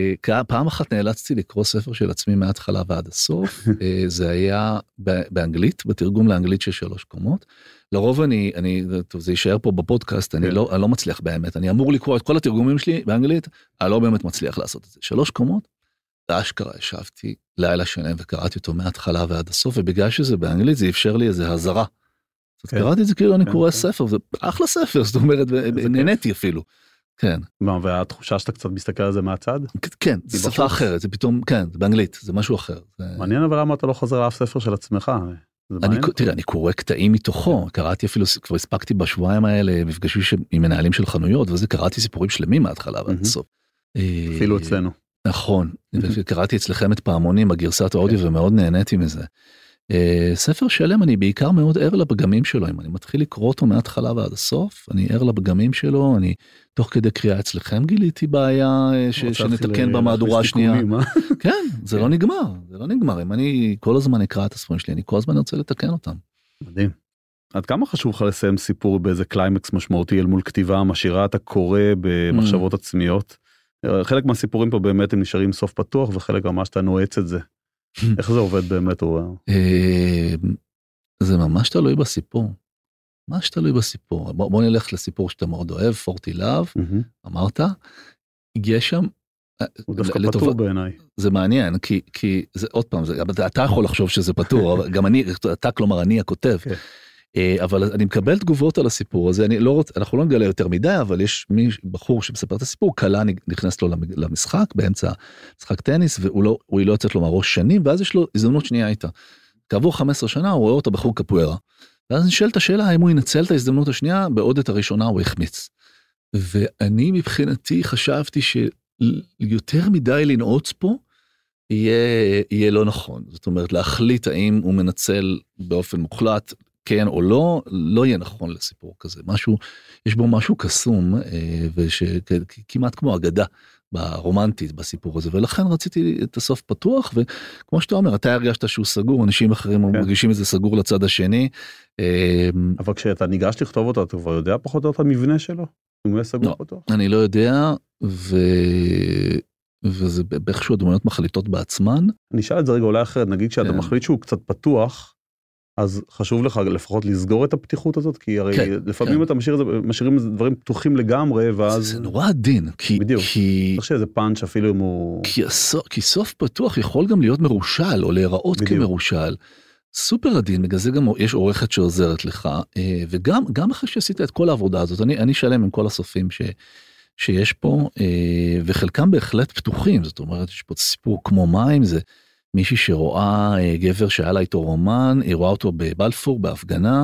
פעם אחת נאלצתי לקרוא ספר של עצמי מההתחלה ועד הסוף, זה היה באנגלית, בתרגום לאנגלית של שלוש קומות, לרוב אני, אני, טוב, זה יישאר פה בפודקאסט, אני לא, אני לא מצליח באמת, אני אמור לקרוא את כל התרגומים שלי באנגלית, אני לא באמת מצליח לעשות את זה. שלוש קומות, אשכרה ישבתי לילה שלם וקראתי אותו מההתחלה ועד הסוף, ובגלל שזה באנגלית זה אפשר לי איזה הזרה, אז קראתי את זה כאילו אני קורא ספר, זה אחלה ספר, זאת אומרת, נהניתי אפילו. כן. והתחושה שאתה קצת מסתכל על זה מהצד? כן, זה שפה אחרת, זה פתאום, כן, זה באנגלית, זה משהו אחר. מעניין אבל למה אתה לא חוזר לאף ספר של עצמך? תראה, אני קורא קטעים מתוכו, קראתי אפילו, כבר הספקתי בשבועיים האלה, מפגשים עם מנהלים של חנויות, וזה קראתי סיפורים שלמים מההתחלה ועד הסוף. אפילו אצלנו. נכון, וקראתי אצלכם את פעמונים בגרסת האודיו ומאוד נהניתי מזה. ספר שלם אני בעיקר מאוד ער לפגמים שלו, אם אני מתחיל לקרוא אותו מההתחלה ועד הסוף, אני ער לפגמים שלו, אני תוך כדי קריאה אצלכם גיליתי בעיה שנתקן במהדורה השנייה. כן, זה לא נגמר, זה לא נגמר, אם אני כל הזמן אקרא את הספרים שלי, אני כל הזמן רוצה לתקן אותם. מדהים. עד כמה חשוב לך לסיים סיפור באיזה קליימקס משמעותי אל מול כתיבה, משאירה אתה קורא במחשבות עצמיות? חלק מהסיפורים פה באמת הם נשארים סוף פתוח, וחלק ממש אתה נועץ את זה. איך זה עובד באמת? זה ממש תלוי בסיפור. ממש תלוי בסיפור. בוא נלך לסיפור שאתה מאוד אוהב, פורטי לאב, אמרת, הגיע שם, הוא דווקא פתור בעיניי. זה מעניין, כי זה עוד פעם, אתה יכול לחשוב שזה פתור, גם אני, אתה כלומר אני הכותב, אבל אני מקבל תגובות על הסיפור הזה, אני לא רוצה, אנחנו לא נגלה יותר מדי, אבל יש מי, בחור שמספר את הסיפור, קלה נכנס לו למשחק, באמצע משחק טניס, והוא לא, הוא לא יוצאת לו מהראש שנים, ואז יש לו הזדמנות שנייה איתה. כעבור חמש עשרה שנה, הוא רואה אותה בחור קפוארה, ואז נשאלת השאלה, האם הוא ינצל את ההזדמנות השנייה, בעוד את הראשונה הוא החמיץ. ואני מבחינתי חשבתי שיותר מדי לנעוץ פה, יהיה, יהיה לא נכון. זאת אומרת, להחליט האם הוא מנצל באופן מוחלט, כן או לא, לא יהיה נכון לסיפור כזה. משהו, יש בו משהו קסום, וכמעט כמו אגדה ברומנטית בסיפור הזה, ולכן רציתי את הסוף פתוח, וכמו שאתה אומר, אתה הרגשת שהוא סגור, אנשים אחרים כן. מרגישים את זה סגור לצד השני. אבל כשאתה ניגש לכתוב אותו, אתה כבר יודע פחות או יותר המבנה שלו? הוא יהיה סגור לא, פתוח? אני לא יודע, ו... וזה באיכשהו הדמויות מחליטות בעצמן. אני אשאל את זה רגע אולי אחרת, נגיד שאתה כן. מחליט שהוא קצת פתוח, אז חשוב לך לפחות לסגור את הפתיחות הזאת, כי הרי כן, לפעמים כן. אתה משאיר את זה, משאירים דברים פתוחים לגמרי, ואז... זה, זה נורא עדין, כי... בדיוק, כי... צריך שאיזה פאנץ' אפילו אם הוא... כי, הסוף, כי סוף פתוח יכול גם להיות מרושל, או להיראות בדיוק. כמרושל. סופר עדין, בגלל זה גם יש עורכת שעוזרת לך, וגם גם אחרי שעשית את כל העבודה הזאת, אני, אני שלם עם כל הסופים ש, שיש פה, וחלקם בהחלט פתוחים, זאת אומרת, יש פה סיפור כמו מים, זה... מישהי שרואה גבר שהיה לה איתו רומן, היא רואה אותו בבלפור, בהפגנה,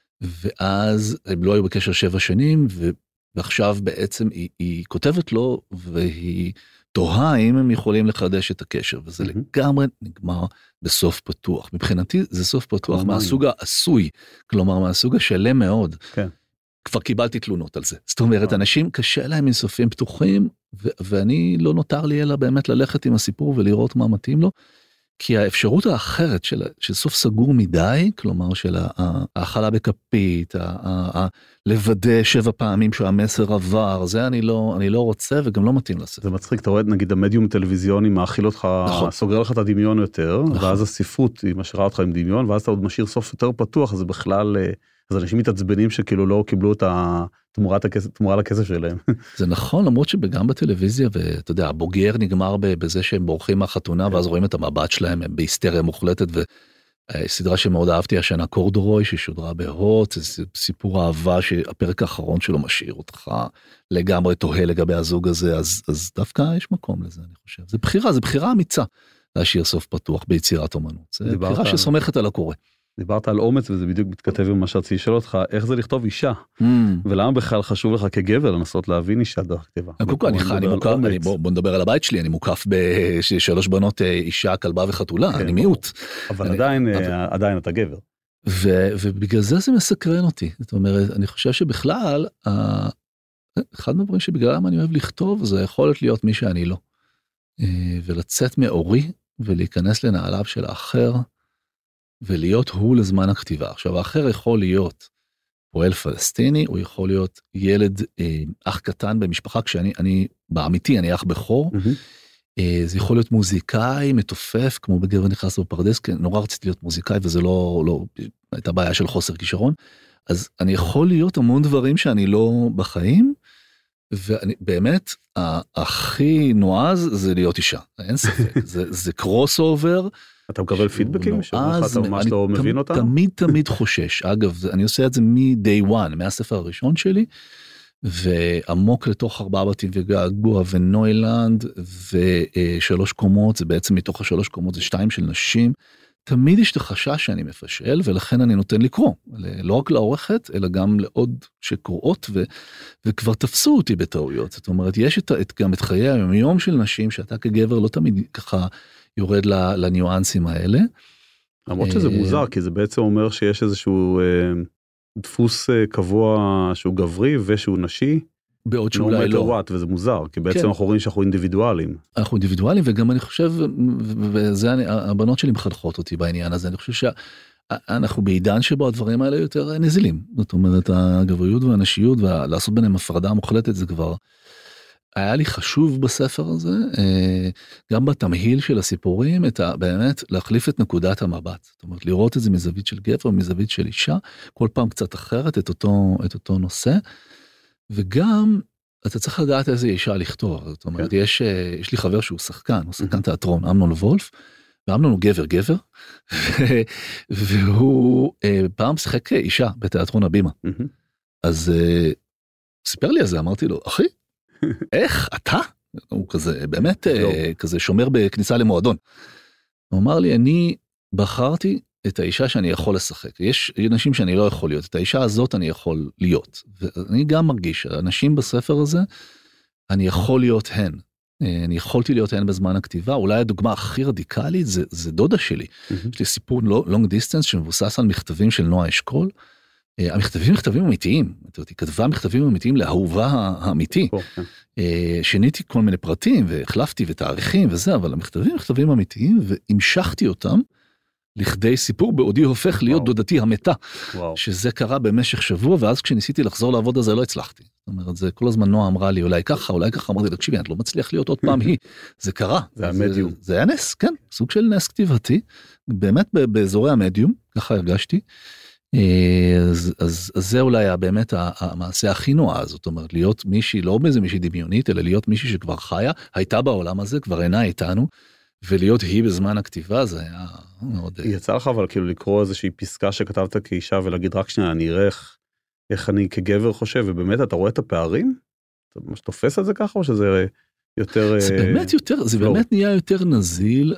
ואז הם לא היו בקשר שבע שנים, ועכשיו בעצם היא, היא כותבת לו, והיא תוהה אם הם יכולים לחדש את הקשר, וזה mm-hmm. לגמרי נגמר בסוף פתוח. מבחינתי זה סוף פתוח מהסוג העשוי, כלומר מהסוג השלם מאוד. כן. כבר קיבלתי תלונות על זה. זאת אומרת, אנשים קשה להם מסופים פתוחים, ו- ואני לא נותר לי אלא באמת ללכת עם הסיפור ולראות מה מתאים לו, כי האפשרות האחרת של, של סוף סגור מדי, כלומר של האכלה בכפית, לוודא שבע פעמים שהמסר עבר, זה אני לא, אני לא רוצה וגם לא מתאים לספר. זה מצחיק, אתה רואה נגיד המדיום טלוויזיוני מאכיל אותך, נכון. סוגר לך את הדמיון יותר, נכון. ואז הספרות היא משאירה אותך עם דמיון, ואז אתה עוד משאיר סוף יותר פתוח, אז זה בכלל, אז אנשים מתעצבנים שכאילו לא קיבלו את ה... תמורה לכסף שלהם. זה נכון, למרות שגם בטלוויזיה, ואתה יודע, הבוגר נגמר בזה שהם בורחים מהחתונה, ואז רואים את המבט שלהם בהיסטריה מוחלטת, וסדרה שמאוד אהבתי השנה, קורדורוי, ששודרה בהוט, זה סיפור אהבה שהפרק האחרון שלו משאיר אותך לגמרי תוהה לגבי הזוג הזה, אז, אז דווקא יש מקום לזה, אני חושב. זה בחירה, זה בחירה אמיצה להשאיר סוף פתוח ביצירת אומנות. זה בחירה שסומכת על הקורא. דיברת על אומץ, וזה בדיוק מתכתב עם מה שרציתי לשאול אותך, איך זה לכתוב אישה? Mm. ולמה בכלל חשוב לך כגבר לנסות להבין אישה דרך כתיבה? בוא נדבר על הבית שלי, אני מוקף בשלוש בנות, אישה, כלבה וחתולה, אני מיעוט. אבל עדיין, עדיין אתה גבר. ובגלל זה זה מסקרן אותי. זאת אומרת, אני חושב שבכלל, אחד מהדברים שבגללם אני אוהב לכתוב, זה יכולת להיות מי שאני לא. ולצאת מאורי, ולהיכנס לנעליו של האחר, ולהיות הוא לזמן הכתיבה. עכשיו, האחר יכול להיות פועל פלסטיני, הוא יכול להיות ילד, אה, אח קטן במשפחה, כשאני, אני, באמיתי, אני אח בכור, mm-hmm. אה, זה יכול להיות מוזיקאי, מתופף, כמו בגבר נכנס בפרדס, כי נורא רציתי להיות מוזיקאי, וזה לא, לא, הייתה בעיה של חוסר כישרון, אז אני יכול להיות המון דברים שאני לא בחיים, ואני, באמת, הכי נועז זה להיות אישה, אין ספק, זה, זה קרוס אובר, אתה מקבל פידבקים? שאתה ממש לא מבין אותם? תמיד תמיד חושש. אגב, אני עושה את זה מ-day one, מהספר הראשון שלי, ועמוק לתוך ארבעה בתים וגעגוע ונוילנד, ושלוש קומות, זה בעצם מתוך השלוש קומות, זה שתיים של נשים. תמיד יש את החשש שאני מפשל, ולכן אני נותן לקרוא, לא רק לעורכת, אלא גם לעוד שקוראות, ו, וכבר תפסו אותי בטעויות. זאת אומרת, יש את, את, גם את חיי היום של נשים, שאתה כגבר לא תמיד ככה יורד לניואנסים האלה. למרות שזה מוזר, כי זה בעצם אומר שיש איזשהו דפוס קבוע שהוא גברי ושהוא נשי, בעוד שאולי לא. וואט, וזה מוזר, כי בעצם כן. אנחנו רואים שאנחנו אינדיבידואלים. אנחנו אינדיבידואלים, וגם אני חושב, וזה אני, הבנות שלי מחנכות אותי בעניין הזה, אני חושב שאנחנו בעידן שבו הדברים האלה יותר נזילים. זאת אומרת, הגבריות והנשיות, ולעשות ביניהם הפרדה מוחלטת, זה כבר היה לי חשוב בספר הזה, גם בתמהיל של הסיפורים, את ה, באמת להחליף את נקודת המבט. זאת אומרת, לראות את זה מזווית של גבר, מזווית של אישה, כל פעם קצת אחרת, את אותו, את אותו נושא. וגם אתה צריך לדעת איזה אישה לכתוב. זאת אומרת, כן. יש, יש לי חבר שהוא שחקן, הוא שחקן תיאטרון, אמנון וולף, ואמנון הוא גבר גבר, והוא פעם שיחק אישה בתיאטרון הבימה. אז סיפר לי על זה, אמרתי לו, אחי, איך אתה? הוא כזה, באמת, כזה שומר בכניסה למועדון. הוא אמר לי, אני בחרתי את האישה שאני יכול לשחק. יש אנשים שאני לא יכול להיות. את האישה הזאת אני יכול להיות. ואני גם מרגיש, האנשים בספר הזה, אני יכול להיות הן. אני יכולתי להיות הן בזמן הכתיבה. אולי הדוגמה הכי רדיקלית זה, זה דודה שלי. יש לי סיפור long distance שמבוסס על מכתבים של נועה אשכול. המכתבים מכתבים אמיתיים. היא כתבה מכתבים אמיתיים לאהובה האמיתי. שיניתי כל מיני פרטים והחלפתי ותאריכים וזה, אבל המכתבים מכתבים אמיתיים והמשכתי אותם לכדי סיפור בעודי הופך להיות וואו. דודתי המתה, וואו. שזה קרה במשך שבוע, ואז כשניסיתי לחזור לעבוד הזה לא הצלחתי. זאת אומרת, זה כל הזמן נועה אמרה לי, אולי ככה, אולי ככה, אמרתי, תקשיבי, אני לא מצליח להיות עוד פעם היא. זה קרה. זה המדיום. זה, זה היה נס, כן, סוג של נס כתיבתי, באמת באזורי המדיום, ככה הרגשתי. אז, אז, אז זה אולי היה באמת המעשה הכי נועז, זאת אומרת, להיות מישהי, לא באיזה מישהי דמיונית, אלא להיות מישהי שכבר חיה, הייתה בעולם הזה, כבר אינה איתנו, ולהיות היא בזמן הכתיבה, זה היה מאוד... יצא לך אבל כאילו לקרוא איזושהי פסקה שכתבת כאישה, ולהגיד רק שנייה, אני אראה איך, איך אני כגבר חושב, ובאמת אתה רואה את הפערים? אתה ממש תופס את זה ככה, או שזה יותר... זה באמת יותר, זה באמת נהיה יותר נזיל.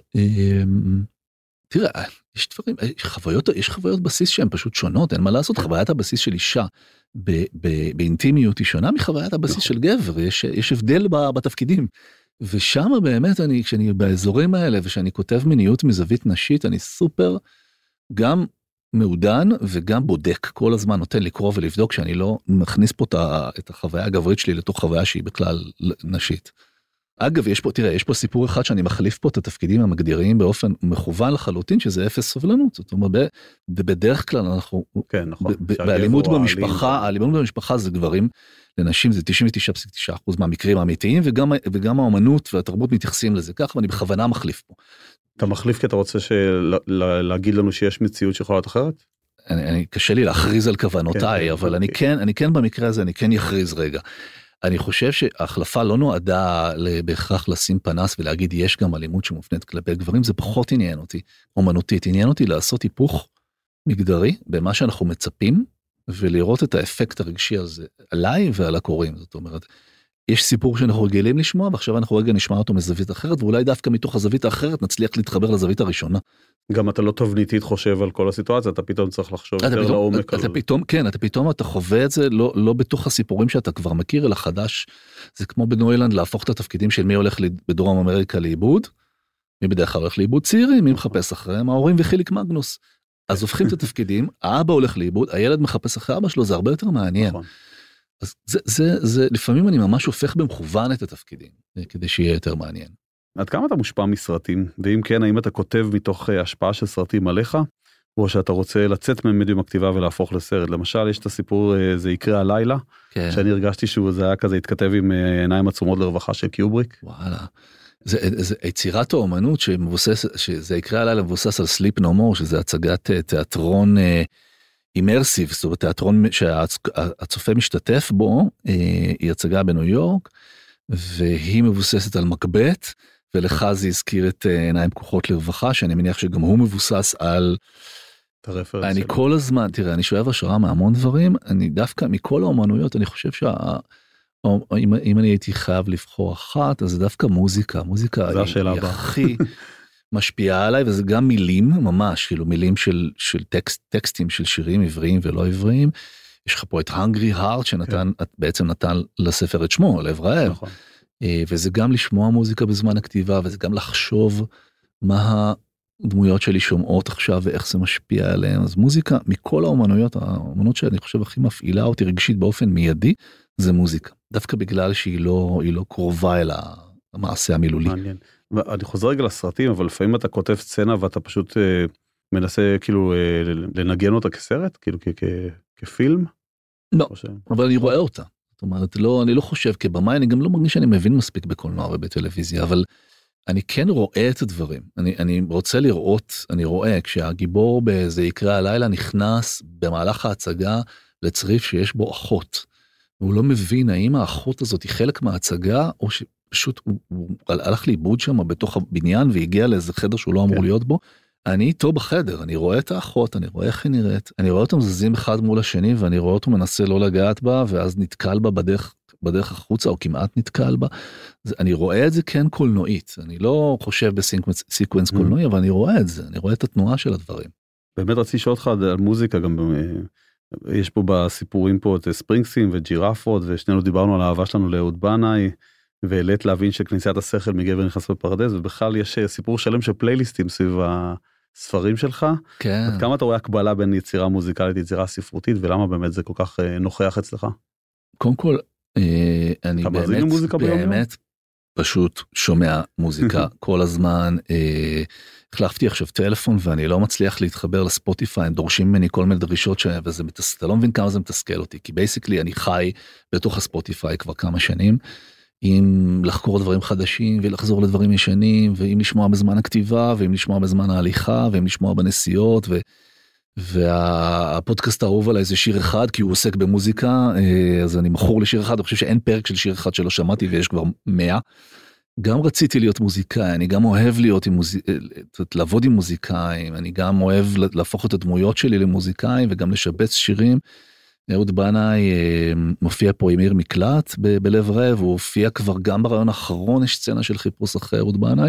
תראה, יש דברים, יש חוויות, יש חוויות בסיס שהן פשוט שונות, אין מה לעשות, חוויית הבסיס של אישה באינטימיות היא שונה מחוויית הבסיס של גבר, יש הבדל בתפקידים. ושם באמת אני, כשאני באזורים האלה, ושאני כותב מיניות מזווית נשית, אני סופר גם מעודן, וגם בודק כל הזמן, נותן לקרוא ולבדוק, שאני לא מכניס פה את החוויה הגברית שלי, לתוך חוויה שהיא בכלל נשית. אגב, יש פה, תראה, יש פה סיפור אחד, שאני מחליף פה את התפקידים המגדיריים, באופן מכוון לחלוטין, שזה אפס סובלנות. זאת אומרת, בדרך כלל אנחנו, כן, נכון. באלימות במשפחה, האלימות במשפחה זה גברים, לנשים זה תשעים ותשע נקודה תשע אחוז מהמקרים האמיתיים, וגם, וגם האמנות והתרבות מתייחסים לזה כך, ואני בכוונה מחליף פה. אתה מחליף כי אתה רוצה להגיד לנו שיש מציאות שיכולה להיות אחרת? אני, אני, קשה לי להכריז על כוונותיי, אבל אני כן, אני כן במקרה הזה, אני כן יכריז רגע. אני חושב שההחלפה לא נועדה בהכרח לשים פנס ולהגיד יש גם אלימות שמופנית כלפי גברים, זה פחות עניין אותי, אומנותית, עניין אותי לעשות היפוך מגדרי במה שאנחנו מצפים, ולראות את האפקט הרגשי הזה עליי ועל הקוראים. זאת אומרת, יש סיפור שאנחנו רגילים לשמוע, ועכשיו אנחנו רגע נשמע אותו מזווית אחרת, ואולי דווקא מתוך הזווית האחרת נצליח להתחבר לזווית הראשונה. גם אתה לא תבניתית חושב על כל הסיטואציה, אתה פתאום צריך לחשוב יותר פתאום, לעומק. אתה, אתה פתאום, כן, אתה פתאום אתה חווה את זה, לא, לא בתוך הסיפורים שאתה כבר מכיר, אלא חדש. זה כמו בנוילנד להפוך את התפקידים של מי הולך בדרום אמריקה לאיבוד, מי בדרך כלל הולך לאיבוד צעירים, מי מחפש אחריהם, ההורים וחיליק מגנוס. אז הופכים את התפקידים, האבא הולך לאיבוד, הילד מחפש אחרי אבא שלו, זה הרבה יותר מעניין. נכון. אז זה, זה, זה, לפעמים אני ממש הופך במכוון את התפקידים, כדי שיהיה יותר מעניין. עד כמה אתה מושפע מסרטים? ואם כן, האם אתה כותב מתוך השפעה של סרטים עליך, או שאתה רוצה לצאת ממדיום הכתיבה ולהפוך לסרט? למשל, יש את הסיפור, זה יקרה הלילה, כן. שאני הרגשתי שזה היה כזה, התכתב עם עיניים עצומות לרווחה של קיובריק. וואלה. זה, זה יצירת האומנות שמבוסס, שזה יקרה הלילה מבוסס על Sleep No More, שזה הצגת תיאטרון אימרסיב, זאת אומרת, תיאטרון שהצופה משתתף בו, היא הצגה בניו יורק, והיא מבוססת על מקבט, ולך זה הזכיר את עיניים פקוחות לרווחה, שאני מניח שגם הוא מבוסס על... אני כל הזמן, תראה, אני שואב השראה מהמון דברים, אני דווקא מכל האומנויות, אני חושב שה... אם, אם אני הייתי חייב לבחור אחת, אז זה דווקא מוזיקה, מוזיקה היא, היא הכי משפיעה עליי, וזה גם מילים ממש, כאילו מילים של, של טקסט, טקסטים של שירים עבריים ולא עבריים, יש לך פה את Hungry Heart, שנתן, כן. בעצם נתן לספר את שמו, לב רעב, נכון. וזה גם לשמוע מוזיקה בזמן הכתיבה, וזה גם לחשוב מה הדמויות שלי שומעות עכשיו, ואיך זה משפיע עליהן, אז מוזיקה, מכל האומנויות, האומנות שאני חושב הכי מפעילה אותי רגשית באופן מיידי, זה מוזיקה, דווקא בגלל שהיא לא, היא לא קרובה אל המעשה המילולי. מעניין. אני חוזר רגע לסרטים, אבל לפעמים אתה כותב סצנה ואתה פשוט אה, מנסה כאילו אה, לנגן אותה כסרט, כאילו כ- כ- כפילם? לא, ש... אבל אני רואה אותה. זאת אומרת, לא, אני לא חושב כבמאי, אני גם לא מרגיש שאני מבין מספיק בקולנוע ובטלוויזיה, אבל אני כן רואה את הדברים. אני, אני רוצה לראות, אני רואה, כשהגיבור בזה יקרה הלילה נכנס במהלך ההצגה לצריף שיש בו אחות. והוא לא מבין האם האחות הזאת היא חלק מההצגה, או שפשוט הוא, הוא הלך לאיבוד שם בתוך הבניין, והגיע לאיזה חדר שהוא לא אמור כן. להיות בו. אני איתו בחדר, אני רואה את האחות, אני רואה איך היא נראית, אני רואה אותם זזים אחד מול השני, ואני רואה אותו מנסה לא לגעת בה, ואז נתקל בה בדרך, בדרך החוצה, או כמעט נתקל בה. זה, אני רואה את זה כן קולנועית, אני לא חושב בסיקוונס mm. קולנועי, אבל אני רואה את זה, אני רואה את התנועה של הדברים. באמת רציתי לשאול אותך על מוזיקה, גם יש פה בסיפורים פה את ספרינגסטין וג'ירפות, ושנינו דיברנו על האהבה שלנו לאהוד בנאי, והעלית להבין שכניסת השכל מגבר נכנס בפרדס, ובכלל יש סיפור שלם של פלייליסטים סביב הספרים שלך. כן. עד כמה אתה רואה הקבלה בין יצירה מוזיקלית ליצירה ספרותית, ולמה באמת זה כל כך נוכח אצלך? קודם כל, אני באמת, באמת פשוט שומע מוזיקה כל הזמן. החלפתי עכשיו טלפון, ואני לא מצליח להתחבר לספוטיפיי, הם דורשים ממני כל מיני דרישות, וזה מתסכל, אתה לא מבין כמה זה מתסכל אותי, כי בייסיקלי אני חי בתוך הספוטיפיי כבר כמה שנים, אם לחקור דברים חדשים, ולחזור לדברים ישנים, ואם לשמוע בזמן הכתיבה, ואם לשמוע בזמן ההליכה, ואם לשמוע בנסיעות, ו... והפודקאסט האהוב עליי זה שיר אחד, כי הוא עוסק במוזיקה, אז אני מכור לשיר אחד, אני חושב שאין פרק של שיר אחד שלא שמעתי, ויש כבר מאה. גם רציתי להיות מוזיקאי, אני גם אוהב להיות עם מוזיק... לעבוד עם מוזיקאים, אני גם אוהב להפוך את הדמויות שלי למוזיקאים, וגם לשבץ שירים. אהוד בנאי מופיע פה עם עיר מקלט ב- בלב רעב, הוא הופיע כבר גם ברעיון האחרון, יש סצנה של חיפוש אחרי אהוד בנאי,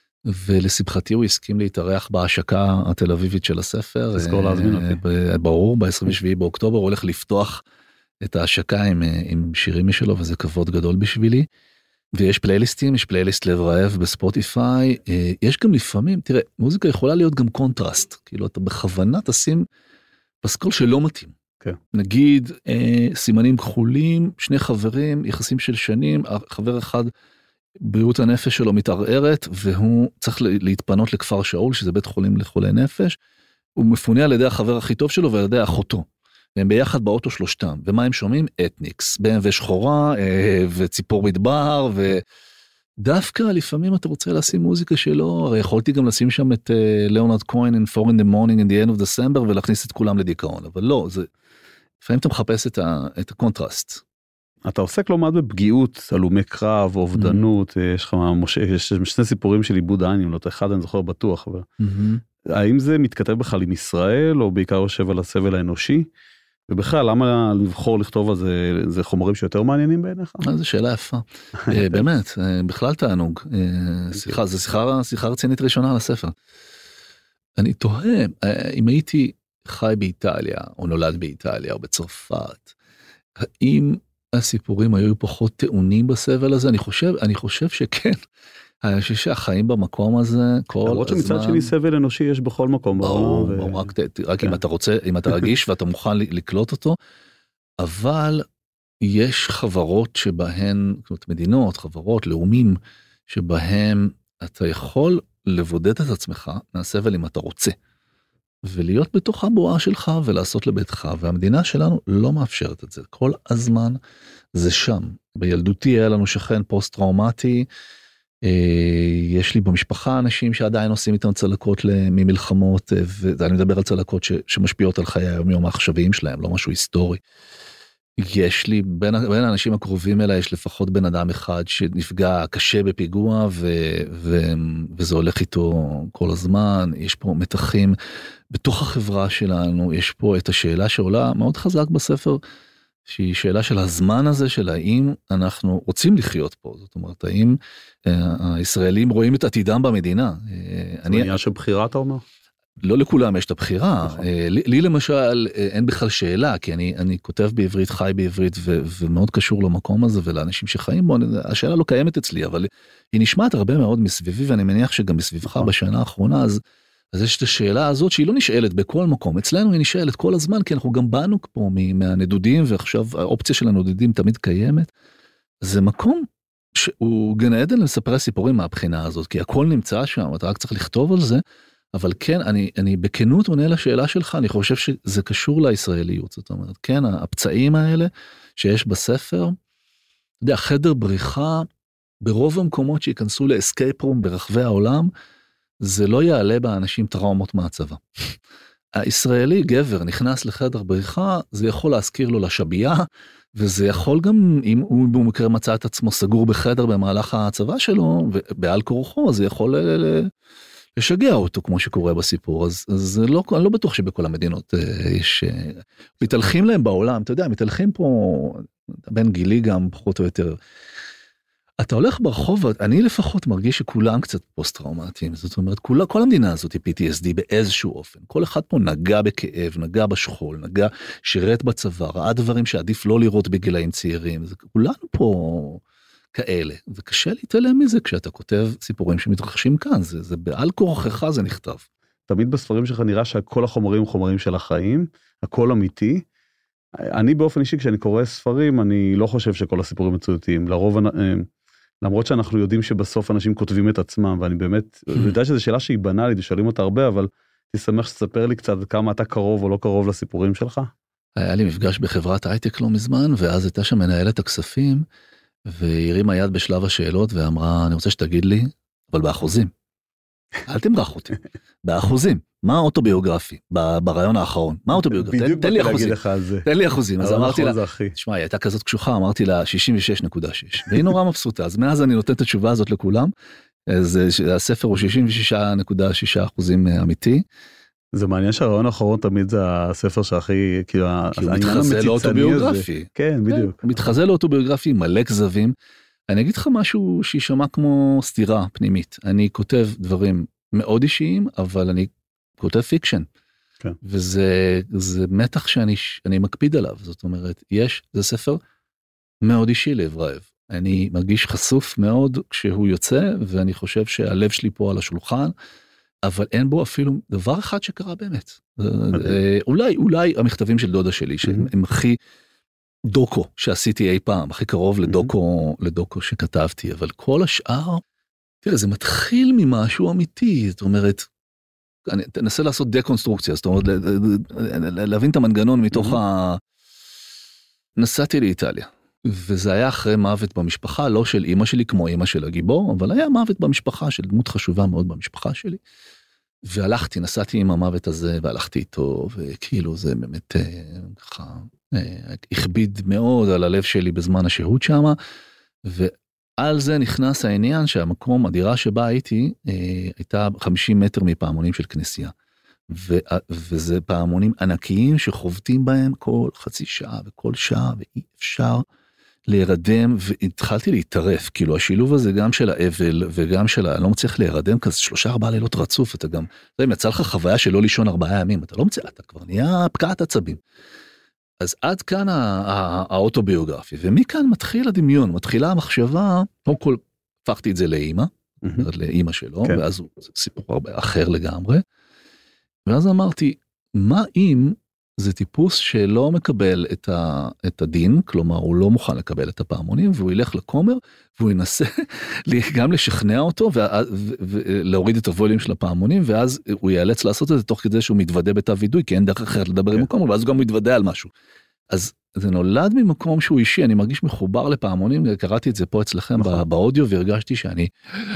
ולשמחתי הוא הסכים להתארח בהשקה התל אביבית של הספר. תזכור להזמין אותי. ברור, ב-עשרים ושבעה באוקטובר, הוא הולך לפתוח את ההשקה עם, עם שירים משלו, וזה כבוד גדול בשבילי. ויש פלייליסטים, יש פלייליסט לב רעב בספוטיפיי, יש גם לפעמים, תראה, מוזיקה יכולה להיות גם קונטרסט, כאילו אתה בכוונה תשים פסקול שלא מתאים. Okay. נגיד אה, סימנים כחולים, שני חברים, יחסים של שנים, חבר אחד בריאות הנפש שלו מתערערת, והוא צריך להתפנות לכפר שאול, שזה בית חולים לחולי נפש, הוא מפונה על ידי החבר הכי טוב שלו ועל ידי אחותו, והם ביחד באוטו שלושתם, ומה הם שומעים? אתניקס, בי אם דאבליו שחורה, אה, וציפור מדבר, ודווקא לפעמים אתה רוצה לשים מוזיקה שלו, הרי יכולתי גם לשים שם את אה, ליאונרד כהן in four in the morning in the end of December, ולהכניס את כולם לדיכאון, אבל לא, זה... לפעמים אתה מחפש את, ה, את הקונטרסט. אתה עוסק לא מעט בפגיעות, הלומי קרב, אובדנות, mm-hmm. יש לך משה, יש שני סיפורים של איבוד עין, אם לא אחד אני זוכר בטוח, אבל mm-hmm. האם זה מתכתב בכלל עם ישראל, או בעיקר יושב על הסבל האנושי? ובכלל, למה לבחור לכתוב על זה, זה חומרים שיותר מעניינים בעיניך? זו שאלה יפה. באמת, בכלל תענוג. שיחה, זו שיחה, שיחה רצינית ראשונה על הספר. אני תוהה, אם הייתי חי באיטליה, או נולד באיטליה, או בצרפת, האם הסיפורים היו פחות טעונים בסבל הזה? אני חושב, אני חושב שכן. אני חושב שהחיים במקום הזה, כל הזמן... למרות שמצד שני סבל אנושי יש בכל מקום. ברור, רק אם אתה רוצה, אם אתה רגיש ואתה מוכן לקלוט אותו, אבל יש חברות שבהן, זאת אומרת, מדינות, חברות, לאומים, שבהם אתה יכול לבודד את עצמך מהסבל אם אתה רוצה. ולהיות בתוך הבועה שלך ולעשות לביתך, והמדינה שלנו לא מאפשרת את זה. כל הזמן זה שם. בילדותי היה לנו שכן פוסט-טראומטי, יש לי במשפחה אנשים שעדיין עושים איתם צלקות ממלחמות, ואני מדבר על צלקות שמשפיעות על חיי היום יום העכשוויים שלהם, לא משהו היסטורי. יש לי, בין, בין האנשים הקרובים אליי, יש לפחות בן אדם אחד שנפגע קשה בפיגוע, ו, ו, וזה הולך איתו כל הזמן. יש פה מתחים בתוך החברה שלנו, יש פה את השאלה שעולה מאוד חזק בספר, שהיא שאלה של הזמן הזה, של האם אנחנו רוצים לחיות פה. זאת אומרת, האם אה, הישראלים רואים את עתידם במדינה. זה עניין של בחירה, אתה אומר? לא לכולם יש את הבחירה. נכון. לי, לי למשל אין בכלל שאלה, כי אני, אני כותב בעברית, חי בעברית, ו, ומאוד קשור למקום הזה ולאנשים שחיים בו. השאלה לא קיימת אצלי, אבל היא נשמעת הרבה מאוד מסביבי, ואני מניח שגם מסביבך נכון. בשנה האחרונה, אז, אז יש את השאלה הזאת שהיא לא נשאלת בכל מקום. אצלנו היא נשאלת כל הזמן, כי אנחנו גם באנו פה מהנדודים, ועכשיו האופציה של הנודדים תמיד קיימת. זה מקום שהוא גן עדן לספר סיפורים מהבחינה הזאת, כי הכל נמצא שם, אתה רק צריך לכתוב על זה. אבל כן, אני, אני בכנות עונה לשאלה שלך, אני חושב שזה קשור לישראליות, זאת אומרת, כן, הפצעים האלה שיש בספר, אתה יודע, חדר בריחה, ברוב המקומות שיכנסו לאסקייפ רום ברחבי העולם, זה לא יעלה באנשים טראומות מהצבא. הישראלי, גבר, נכנס לחדר בריחה, זה יכול להזכיר לו לשבייה, וזה יכול גם, אם הוא במקרה מצא את עצמו סגור בחדר במהלך הצבא שלו, ובעל כורחו, זה יכול ל... לשגע אותו כמו שקורה בסיפור, אז, אז לא, אני לא בטוח שבכל המדינות אה, יש, אה, מתהלכים להם בעולם, אתה יודע, מתהלכים פה, בין גילי גם פחות או יותר, אתה הולך ברחוב, אני לפחות מרגיש שכולם קצת פוסט-טראומטיים, זאת אומרת, כל, כל המדינה הזאת היא פי טי אס די באיזשהו אופן, כל אחד פה נגע בכאב, נגע בשכול, נגע, שירת בצבא, ראה דברים שעדיף לא לראות בגילאים צעירים, זה, כולנו פה... כאלה, וקשה להתעלם מזה כשאתה כותב סיפורים שמתרחשים כאן, זה, זה בעל כורחך זה נכתב. תמיד בספרים שלך נראה שכל החומרים חומרים של החיים, הכל אמיתי. אני באופן אישי כשאני קורא ספרים, אני לא חושב שכל הסיפורים מצויתיים, לרוב, למרות שאנחנו יודעים שבסוף אנשים כותבים את עצמם, ואני באמת, אני יודע שזו שאלה שהיא בנאלית, ושואלים אותה הרבה, אבל תשמח שתספר לי קצת כמה אתה קרוב או לא קרוב לסיפורים שלך. היה לי מפגש בחברת הייטק לא מזמן, ואז הייתה שם מנהלת הכספים, והיא הרימה יד בשלב השאלות ואמרה, אני רוצה שתגיד לי, אבל באחוזים. אל תמרח אותי. באחוזים. מה האוטוביוגרפי ברעיון האחרון? מה האוטוביוגרפי? תן לי אחוזים. תן לי אחוזים. אז אמרתי לה, תשמע, היא הייתה כזאת קשוחה, אמרתי לה שישים ושש נקודה שש. והיא נורא מבסוטה. אז מאז אני נותן את התשובה הזאת לכולם. אז הספר הוא שישים ושש נקודה שש אחוזים אמיתי. זה מעניין שהרעיון האחרון תמיד זה הספר שהכי, כאילו, כי הוא מתחזה לאוטוביוגרפי. כן, בדיוק. הוא מתחזה לאוטוביוגרפי, מלא כזבים. אני אגיד לך משהו שישמע כמו סתירה פנימית. אני כותב דברים מאוד אישיים, אבל אני כותב פיקשן. כן. וזה זה מתח שאני, אני מקפיד עליו. זאת אומרת, יש, זה ספר מאוד אישי לב רעב. אני מרגיש חשוף מאוד כשהוא יוצא, ואני חושב שהלב שלי פה על השולחן, אבל אין בו אפילו דבר אחד שקרה באמת. אולי, אולי המכתבים של דודה שלי, שהם הכי דוקו שעשיתי אי פעם, הכי קרוב לדוקו, לדוקו שכתבתי, אבל כל השאר, תראה, זה מתחיל ממשהו אמיתי, זאת אומרת, אני תנסה לעשות דקונסטרוקציה, זאת אומרת, להבין את המנגנון מתוך ה... נסעתי לאיטליה, וזה היה אחרי מוות במשפחה, לא של אמא שלי כמו אמא של הגיבור, אבל היה מוות במשפחה של דמות חשובה מאוד במשפחה שלי, והלכתי, נסעתי עם המוות הזה, והלכתי איתו, וכאילו זה באמת ככה, הכביד מאוד על הלב שלי בזמן השהות שם, ועל זה נכנס העניין שהמקום, הדירה שבה הייתי, הייתה חמישים מטר מפעמונים של כנסייה, ו- וזה פעמונים ענקיים שחובטים בהם כל חצי שעה וכל שעה, ואי אפשר להירדם, והתחלתי להתערף, כאילו השילוב הזה גם של האבל וגם של ה... אני לא מצליח להירדם כזה שלושה ארבעה לילות רצוף, אתה גם, אתה יודע, יצא לך חוויה שלא לישון ארבעה ימים, אתה לא מצליח, אתה כבר נהיה פקעת עצבים. אז עד כאן האוטוביוגרפי, ומכאן מתחיל הדמיון, מתחילה המחשבה, קודם כל הפכתי את זה לאמא, לאמא שלו, ואז הוא סיפור הרבה אחר לגמרי, ואז אמרתי, מה אם זה טיפוס שלא מקבל את, ה, את הדין, כלומר הוא לא מוכן לקבל את הפעמונים, והוא ילך לכומר, והוא ינסה גם לשכנע אותו, ולהוריד את הווליום של הפעמונים, ואז הוא ייאלץ לעשות את זה תוך כדי שהוא מתוודה בתא וידוי, כי אין דרך אחרת לדבר עם הכומר, ואז הוא גם מתוודה על משהו. אז זה נולד ממקום שהוא אישי, אני מרגיש מחובר לפעמונים, קראתי את זה פה אצלכם באודיו, והרגשתי שאני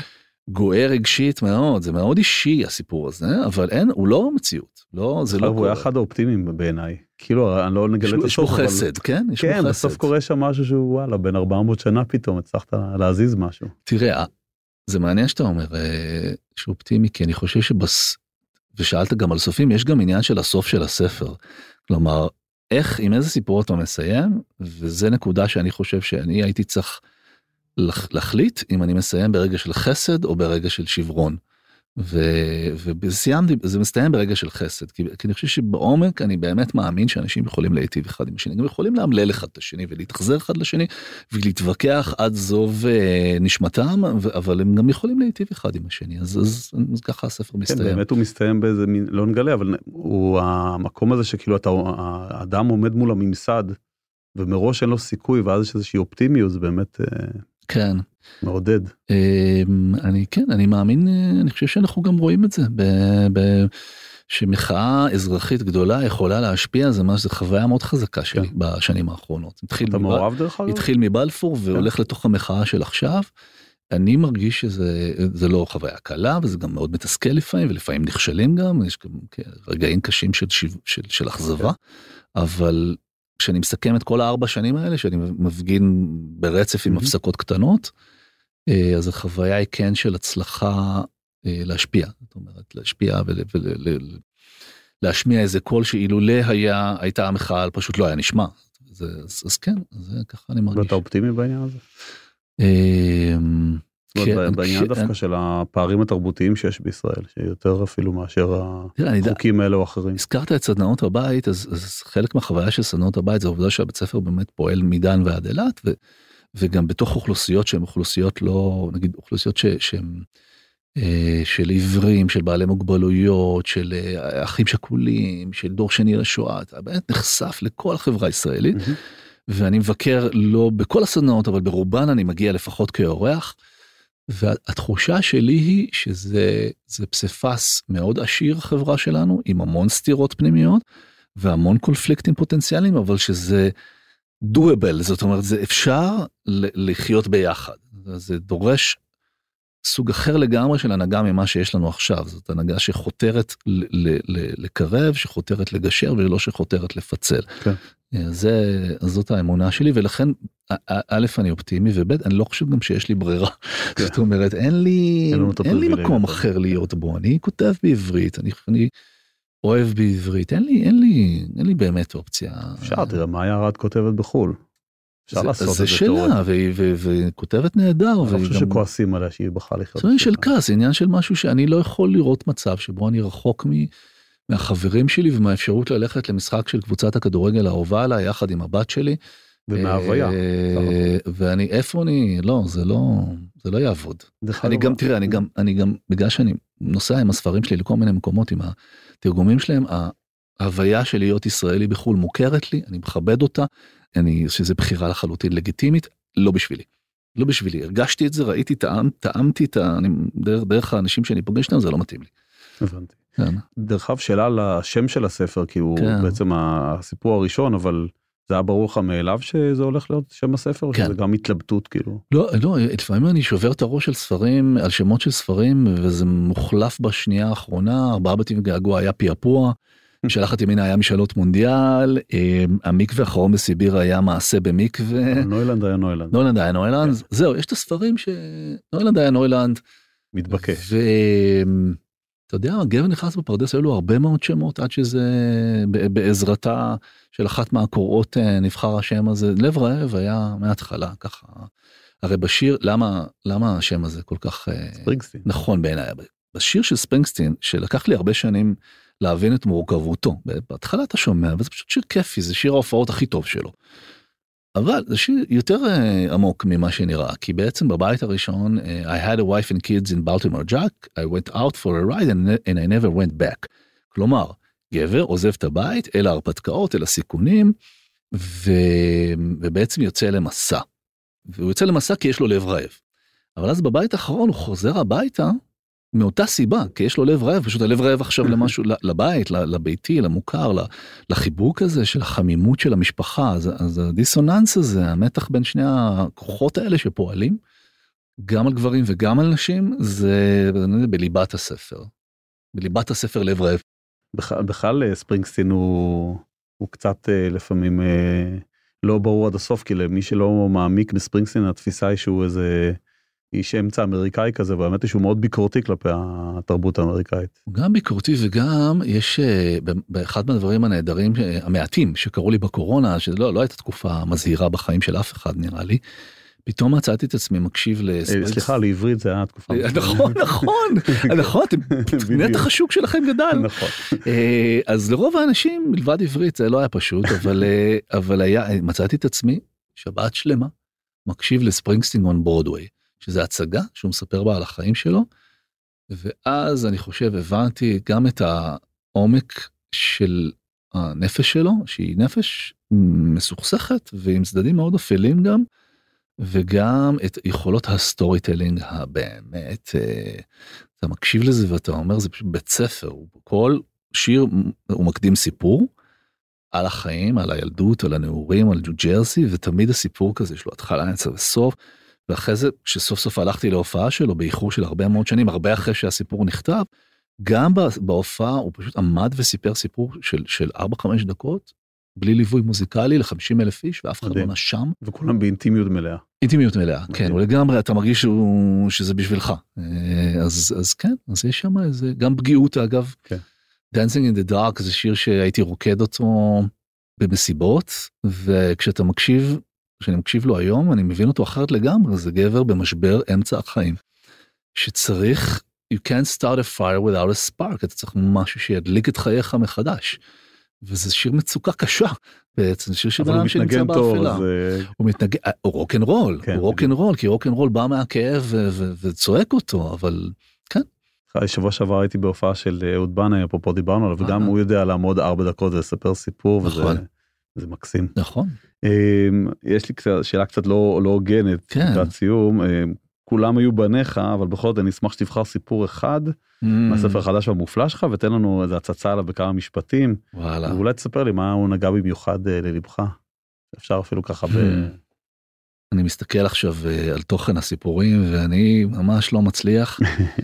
גואה רגשית מאוד, זה מאוד אישי הסיפור הזה, אבל אין, הוא לא מציאות, לא, זה לא קורה. הוא היה אחד האופטימיים בעיניי, כאילו אני לא נגלה את הסוף. יש בו חסד, כן? כן, בסוף קורה שם משהו שהוא וואלה, בין ארבע מאות שנה פתאום הצלחת להזיז משהו. תראה, זה מעניין שאתה אומר שהוא אופטימי, כי אני חושב שבס... ושאלת גם על סופים, יש גם עניין של הסוף של הספר. כלומר, איך, עם איזה סיפור אתה מסיים, וזה נקודה שאני חושב שאני הייתי צריך להחליט אם אני מסיים ברגע של חסד או ברגע של שברון. וסיימתי, זה מסתיים ברגע של חסד, כי, כי אני חושב שבעומק אני באמת מאמין שאנשים יכולים להיטיב אחד עם השני, גם יכולים להמלל אחד את השני ולהתחזר אחד לשני, ולהתווכח עד זוב אה, נשמתם, אבל הם גם יכולים להיטיב אחד עם השני, אז, אז, אז ככה הספר מסתיים. כן, באמת הוא מסתיים באיזה מין, לא נגלה, אבל הוא המקום הזה שכאילו אתה, האדם עומד מול הממסד, ומראש אין לו סיכוי, ואז יש איזושהי אופטימיות, זה באמת... אה... כן. מעודד. אני כן, אני מאמין, אני חושב שאנחנו גם רואים את זה, שמחאה אזרחית גדולה יכולה להשפיע, זה מה, זה חוויה מאוד חזקה שלי בשנים האחרונות. אתה מעורב דרך אגב? התחיל מבלפור והולך לתוך המחאה של עכשיו, אני מרגיש שזה לא חוויה קלה, וזה גם מאוד מתסכל לפעמים, ולפעמים נכשלים גם, יש גם רגעים קשים של אכזבה, אבל... כשאני מסכם את כל הארבע שנים האלה, שאני מפגין ברצף עם הפסקות קטנות, אז החוויה היא כן של הצלחה להשפיע, זאת אומרת, להשפיע ולהשמיע איזה קול שאילולא היה, הייתה המחאה, פשוט לא היה נשמע. אז כן, זה ככה אני מרגיש. ואתה אופטימי בעניין הזה? בעניין דווקא של הפערים התרבותיים שיש בישראל, שיותר אפילו מאשר החוקים האלה או אחרים. הזכרת את סדנאות הבית, אז חלק מהחוויה של סדנאות הבית, זה העובדה שהבית ספר באמת פועל מדן ועד אילת, וגם בתוך אוכלוסיות שהן אוכלוסיות לא, נגיד אוכלוסיות שהן של עיוורים, של בעלי מוגבלויות, של אחים שכולים, של דור שני לשואה, אתה באמת נחשף לכל החברה הישראלית, ואני מבקר לא בכל הסדנאות, אבל ברובן אני מגיע לפחות כאורח, והתחושה שלי היא שזה זה פספס מאוד עשיר החברה שלנו, עם המון סתירות פנימיות, והמון קונפליקטים פוטנציאליים, אבל שזה doable, זאת אומרת, זה אפשר לחיות ביחד. זה דורש סוג אחר לגמרי של הנהגה ממה שיש לנו עכשיו. זאת הנהגה שחותרת לקרב, שחותרת לגשר, ולא שחותרת לפצל. כן. זה, זאת האמונה שלי, ולכן, א', אני אופטימי, וב', אני לא חושב גם שיש לי ברירה. זאת אומרת, אין לי, אין לי מקום אחר להיות בו. אני כותב בעברית, אני, אני אוהב בעברית, אין לי, אין לי, אין לי באמת אופציה. אפשר, תראה, מה היה רד כותבת בחול? אפשר לעשות את זה. זה שלה, וכותבת נהדר. אני חושב שכועסים עליה שהיא בחרה לחיות. זה עניין של כעס, זה עניין של משהו שאני לא יכול לראות מצב שבו אני רחוק מ... מהחברים שלי ומהאפשרות ללכת למשחק של קבוצת הכדורגל האהובה עליי יחד עם הבת שלי. ומההוויה. ואני, איפה אני, לא, זה לא, זה לא יעבוד. אני גם, תראה, אני גם, אני גם, בגלל שאני נוסע עם הספרים שלי לכל מיני מקומות עם התרגומים שלהם, ההוויה של להיות ישראלי בחול מוכרת לי, אני מכבד אותה, אני, שזה בחירה לחלוטין לגיטימית, לא בשבילי. לא בשבילי, הרגשתי את זה, ראיתי, טעמתי את ה... דרך האנשים שאני פוגש להם, זה לא מתאים לי. הבנתי. דרך אגב שאלה על השם של הספר, כי הוא בעצם הסיפור הראשון, אבל זה היה ברור לך מאליו שזה הולך להיות שם הספר, שזה גם התלבטות כאילו. לא, לא, לפעמים אני שובר את הראש של ספרים, על שמות של ספרים, וזה מוחלף בשנייה האחרונה, ארבעה בתים וגעגוע היה פיאפוע, שלחת ימינה היה משאלות מונדיאל, המקווה האחרון בסיביר היה מעשה במקווה. נוילנד היה נוילנד. נוילנד היה נוילנד, זהו, יש את הספרים ש... נוילנד היה נוילנד. מתבקש. אתה יודע, הגבר נכנס בפרדס, היו לו הרבה מאוד שמות, עד שזה בעזרתה של אחת מהקוראות נבחר השם הזה. לב רעב היה מההתחלה, ככה. הרי בשיר, למה, למה השם הזה כל כך... ספרינגסטין. נכון בעיניי. בשיר של ספרינגסטין, שלקח לי הרבה שנים להבין את מורכבותו. בהתחלה אתה שומע, וזה פשוט שיר כיפי, זה שיר ההופעות הכי טוב שלו. אבל זה שיר יותר עמוק ממה שנראה, כי בעצם בבית הראשון, I had a wife and kids in Baltimore Jack, I went out for a ride and, and I never went back. כלומר, גבר עוזב את הבית, אל ההרפתקאות, אל הסיכונים, ו... ובעצם יוצא למסע. והוא יוצא למסע כי יש לו לב רעב. אבל אז בבית האחרון הוא חוזר הביתה, מאותה סיבה, כי יש לו לב רעב, פשוט הלב רעב עכשיו למשהו, לבית, לביתי, למוכר, לחיבוק הזה של החמימות של המשפחה, אז, אז הדיסוננס הזה, המתח בין שני הכוחות האלה שפועלים, גם על גברים וגם על נשים, זה בליבת הספר. בליבת הספר לב רעב. בכלל, בכלל ספרינגסטין הוא, הוא קצת לפעמים לא ברור עד הסוף, כי למי שלא מעמיק בספרינגסטין, התפיסה היא שהוא איזה איש אמצע אמריקאי כזה, והאמת היא שהוא מאוד ביקורתי כלפי התרבות האמריקאית. הוא גם ביקורתי, וגם יש באחד מהדברים הנהדרים, המעטים שקראו לי בקורונה, שלא לא הייתה תקופה מזהירה בחיים של אף אחד נראה לי, פתאום מצאתי את עצמי מקשיב לספרינגסטין. סליחה, לעברית זה היה תקופה. נכון, נכון, נכון, נתח השוק שלכם גדל. נכון. אז לרוב האנשים, מלבד עברית, זה לא היה פשוט, אבל היה, מצאתי את עצמי, שבת שלמה, מקשיב לספרינגסטין on Broadway, שזה הצגה שהוא מספר בה על החיים שלו, ואז אני חושב, הבנתי גם את העומק של הנפש שלו, שהיא נפש מסוכסכת, ועם צדדים מאוד אפלים גם, וגם את יכולות הסטורי טלינג הבאמת, אתה מקשיב לזה ואתה אומר, זה פשוט בית ספר, כל שיר הוא מקדים סיפור, על החיים, על הילדות, על הנעורים, על ניו ג'רסי, ותמיד הסיפור כזה יש לו התחלה, אמצע וסוף, ואחרי זה, כשסוף סוף הלכתי להופעה שלו, באיחור של הרבה מאוד שנים, הרבה אחרי שהסיפור נכתב, גם בהופעה הוא פשוט עמד וסיפר סיפור של, של ארבע חמש דקות, בלי ליווי מוזיקלי ל-חמישים אלף איש, ואף אחד לא נשם. וכולם באינטימיות מלאה. אינטימיות מלאה, כן, ולגמרי אתה מרגיש שהוא, שזה בשבילך. אז, אז כן, אז יש שם איזה, גם פגיעות אגב. כן. Dancing in the Dark זה שיר שהייתי רוקד אותו במסיבות, וכשאתה מקשיב, כשאני מקשיב לו היום, אני מבין אותו אחרת לגמרי, זה גבר במשבר אמצע החיים, שצריך, you can't start a fire without a spark, אתה צריך משהו שידליק את חייך מחדש, וזה שיר מצוקה קשה, בעצם, שיר שבנם שנמצא באפלה. הוא מתנגן, הוא רוק אנד רול, הוא רוק אנד רול, כי רוק אנד רול בא מהכאב וצועק אותו, אבל כן. שבוע שעבר הייתי בהופעה של אהוד בנאי, אפרופו דיברנו עליו, וגם הוא יודע לעמוד ארבע דקות ולספר סיפור, וזה מקסים. נכון. יש לי שאלה קצת לא הוגנת, לקראת סיום, כולם היו בניך, אבל בכל זאת אני אשמח שתבחר סיפור אחד, מהספר החדש והמופלא שלך, ותן לנו איזה הצצה עליו בכמה משפטים, ואולי תספר לי מה הוא נגע במיוחד ללבך, אפשר אפילו ככה ב... אני מסתכל עכשיו על תוכן הסיפורים, ואני ממש לא מצליח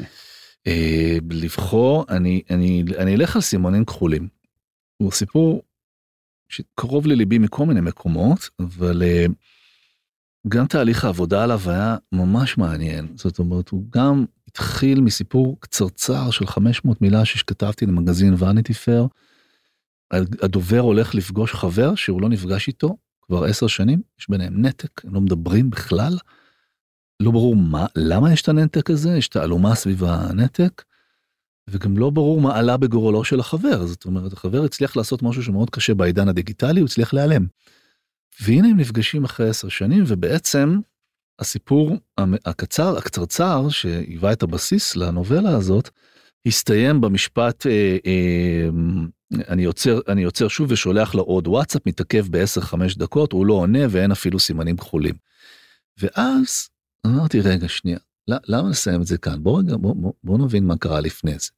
לבחור, אני, אני, אני אלך על סימנים כחולים. הוא סיפור שקרוב לליבי מכל מיני מקומות, אבל גם תהליך העבודה עליו היה ממש מעניין. זאת אומרת, הוא גם התחיל מסיפור קצרצר של חמש מאות מילה שכתבתי למגזין וניטי פייר. הדובר הולך לפגוש חבר שהוא לא נפגש איתו כבר עשר שנים, יש ביניהם נתק, הם לא מדברים בכלל. לא ברור מה, למה יש את הנתק הזה, יש את האלומה סביב הנתק, וגם לא ברור מה עלה בגורלו של החבר. זאת אומרת, החבר הצליח לעשות משהו שמאוד קשה בעידן הדיגיטלי, הוא הצליח להיעלם. והנה הם נפגשים אחרי עשר שנים, ובעצם הסיפור הקצר, הקצרצר, שהיווה את הבסיס לנובלה הזאת, הסתיים במשפט, אה, אה, אני יוצר, אני יוצר שוב ושולח לו עוד וואטסאפ, מתעכב ב-עשר חמש דקות, הוא לא עונה ואין אפילו סימנים כחולים. ואז אמרתי, רגע, שנייה, למה נסיים את זה כאן? בוא רגע, בוא, בוא, בוא נבין מה קרה לפני זה.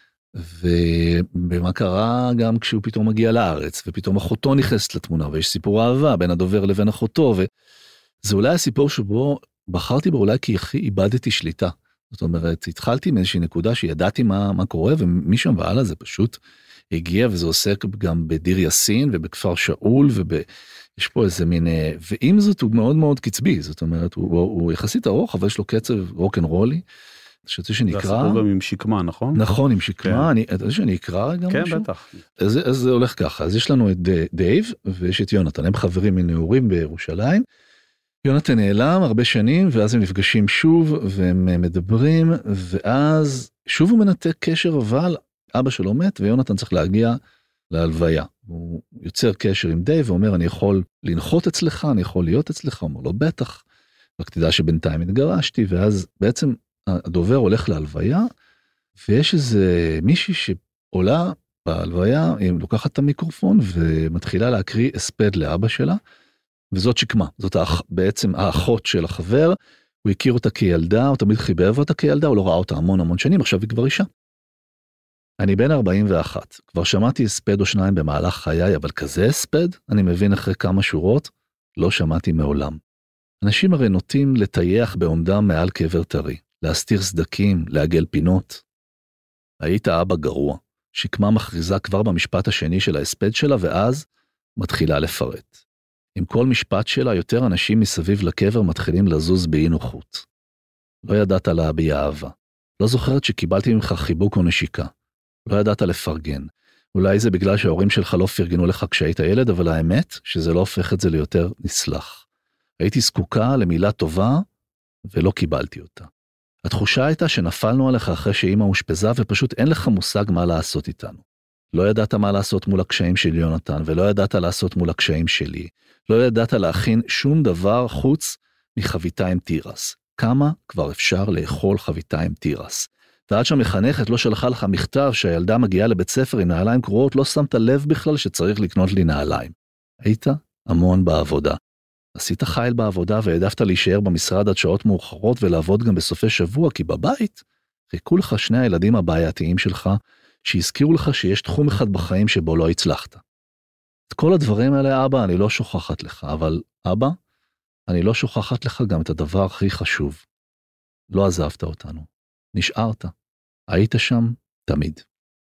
ומה קרה גם כשהוא פתאום מגיע לארץ, ופתאום אחותו נכנסת לתמונה, ויש סיפור אהבה בין הדובר לבין אחותו, וזה אולי הסיפור שבו בחרתי בו אולי כי הכי איבדתי שליטה. זאת אומרת, התחלתי מאיזושהי נקודה שידעתי מה, מה קורה, ומשם והלאה זה פשוט הגיע, וזה עוסק גם בדיר יאסין, ובכפר שאול, ויש פה איזה מין, ועם זאת הוא מאוד מאוד קצבי, זאת אומרת, הוא, הוא, הוא יחסית ארוך, אבל יש לו קצב רוק אנד רולי, שזה שנקרא... זה הסיפור גם עם שקמה, נכון? נכון, עם שקמה, אני, אתה יודע שאני אקרא גם כן, משהו? כן, בטח. אז, אז זה הולך ככה, אז יש לנו את דייב, ויש את יונתן, הם חברים מנעורים בירושלים, יונתן נעלם הרבה שנים, ואז הם נפגשים שוב, והם מדברים, ואז שוב הוא מנתק קשר, אבל אבא שלו מת, ויונתן צריך להגיע להלוויה. הוא יוצר קשר עם דייב, ואומר, אני יכול לנחות אצלך, אני יכול להיות אצלך, הוא אומר לו, בטח, רק תדע שבינתיים התגרשתי, ואז בעצם הדובר הולך להלוויה, ויש איזה מישהי שעולה בהלוויה, היא לוקחת את המיקרופון, ומתחילה להקריא הספד לאבא שלה, וזאת שקמה, זאת האח, בעצם האחות של החבר, הוא הכיר אותה כילדה, הוא תמיד חיבב אותה כילדה, הוא לא ראה אותה המון המון שנים, עכשיו היא כבר אישה. אני בן ארבעים ואחת, כבר שמעתי הספד או שניים במהלך חיי, אבל כזה הספד, אני מבין אחרי כמה שורות, לא שמעתי מעולם. אנשים הרי נוטים לטייח בעומדם מעל קבר טרי, להסתיר סדקים, לעגל פינות. היית אבא גרוע, שקמה מכריזה כבר במשפט השני של ההספד שלה, ואז מתחילה לפרט. עם כל משפט שלה, יותר אנשים מסביב לקבר מתחילים לזוז באי נוחות. לא ידעת להביע אהבה. לא זוכרת שקיבלתי ממך חיבוק או נשיקה. לא ידעת לפרגן. אולי זה בגלל שההורים שלך לא פרגנו לך כשהיית ילד, אבל האמת שזה לא הופך את זה ליותר נסלח. הייתי זקוקה למילה טובה, ולא קיבלתי אותה. התחושה הייתה שנפלנו עליך אחרי שאמא הושפזה, ופשוט אין לך מושג מה לעשות איתנו. לא ידעת מה לעשות מול הקשיים של יונתן, ולא ידעת לעשות מול הקשיים שלי. לא ידעת להכין שום דבר חוץ מחביתה עם תירס. כמה כבר אפשר לאכול חביתה עם תירס? ועד שהמחנכת לא שלחה לך מכתב שהילדה מגיעה לבית ספר עם נעליים קרועות, לא שמת לב בכלל שצריך לקנות לי נעליים. היית המון בעבודה. עשית חייל בעבודה והעדפת להישאר במשרד עד שעות מאוחרות ולעבוד גם בסופי שבוע, כי בבית חיכו לך שני הילדים הבעייתיים שלך, שהזכירו לך שיש תחום אחד בחיים שבו לא הצלחת. את כל הדברים האלה, אבא, אני לא שוכחת לך, אבל אבא, אני לא שוכחת לך גם את הדבר הכי חשוב. לא עזבת אותנו. נשארת. היית שם תמיד.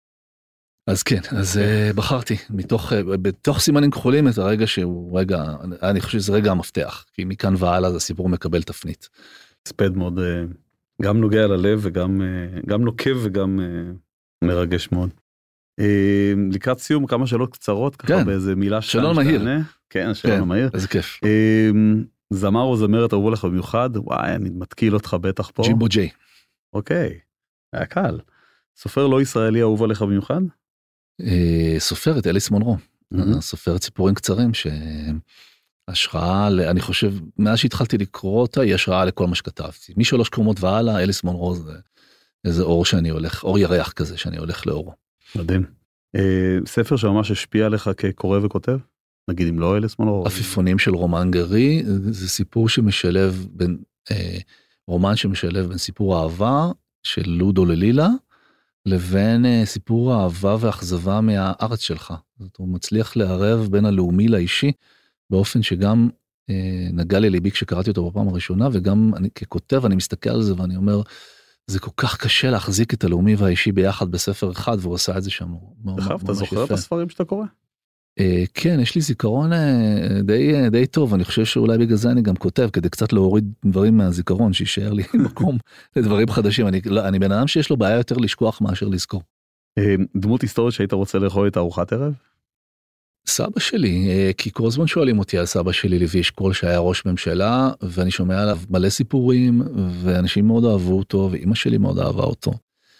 אז כן, אז uh, בחרתי, מתוך, uh, בתוך סימנים כחולים את הרגע שהוא רגע, אני חושב שזה רגע המפתח, כי מכאן והלאה הסיפור מקבל תפנית. ספד מאוד, uh, גם נוגע ללב וגם uh, גם נוקב וגם uh, מרגש מאוד. Uh, לקראת סיום כמה שאלות קצרות, ככה כן. באיזה מילה שלום מהיר. כן, שלום כן, מהיר. איזה כיף. Uh, זמר או זמרת אהובו לך במיוחד, וואי, אני מתקיל אותך בטח פה. ג'ימבו ג'יי. אוקיי, היה קל. סופר לא ישראלי אהוב עליך במיוחד? סופרת, אליס מונרו. סופרת סיפורים קצרים, שהשראה, אני חושב, מאז שהתחלתי לקרוא אותה, היא השראה לכל מה שכתבתי. משלוש קומות והלאה, אליס מונרו זה איזה אור שאני הולך, אור ירח כזה שאני הולך לאורו. מדהים. ספר שממש השפיע עליך כקורא וכותב? נגיד אם לא אליס מונרו? עפיפונים של רומן גרי, זה סיפור שמשלב בין, רומן שמשלב בין סיפור האהבה של לודו ללילה, לבין סיפור האהבה והאכזבה מהארץ שלך. זאת אומרת, הוא מצליח לערב בין הלאומי לאישי, באופן שגם אה, נגע לי ליבי כשקראתי אותו בפעם הראשונה, וגם אני, ככותב אני מסתכל על זה ואני אומר, זה כל כך קשה להחזיק את הלאומי והאישי ביחד בספר אחד, והוא עשה את זה שם. דחף, אתה זוכר את הספרים שאתה קורא? אה, כן, יש לי זיכרון אה, די, די טוב, אני חושב שאולי בגלל זה אני גם כותב, כדי קצת להוריד דברים מהזיכרון, שישאר לי מקום לדברים חדשים. אני, אני בן אדם שיש לו בעיה יותר לשכוח מאשר לזכור. אה, דמות היסטורית שהיית רוצה לאכול את ארוחת ערב? סבא שלי, אה, כי כל הזמן שואלים אותי על סבא שלי לוי אשכול שהיה ראש ממשלה, ואני שומע עליו מלא סיפורים, ואנשים מאוד אהבו אותו, ואמא שלי מאוד אהבה אותו.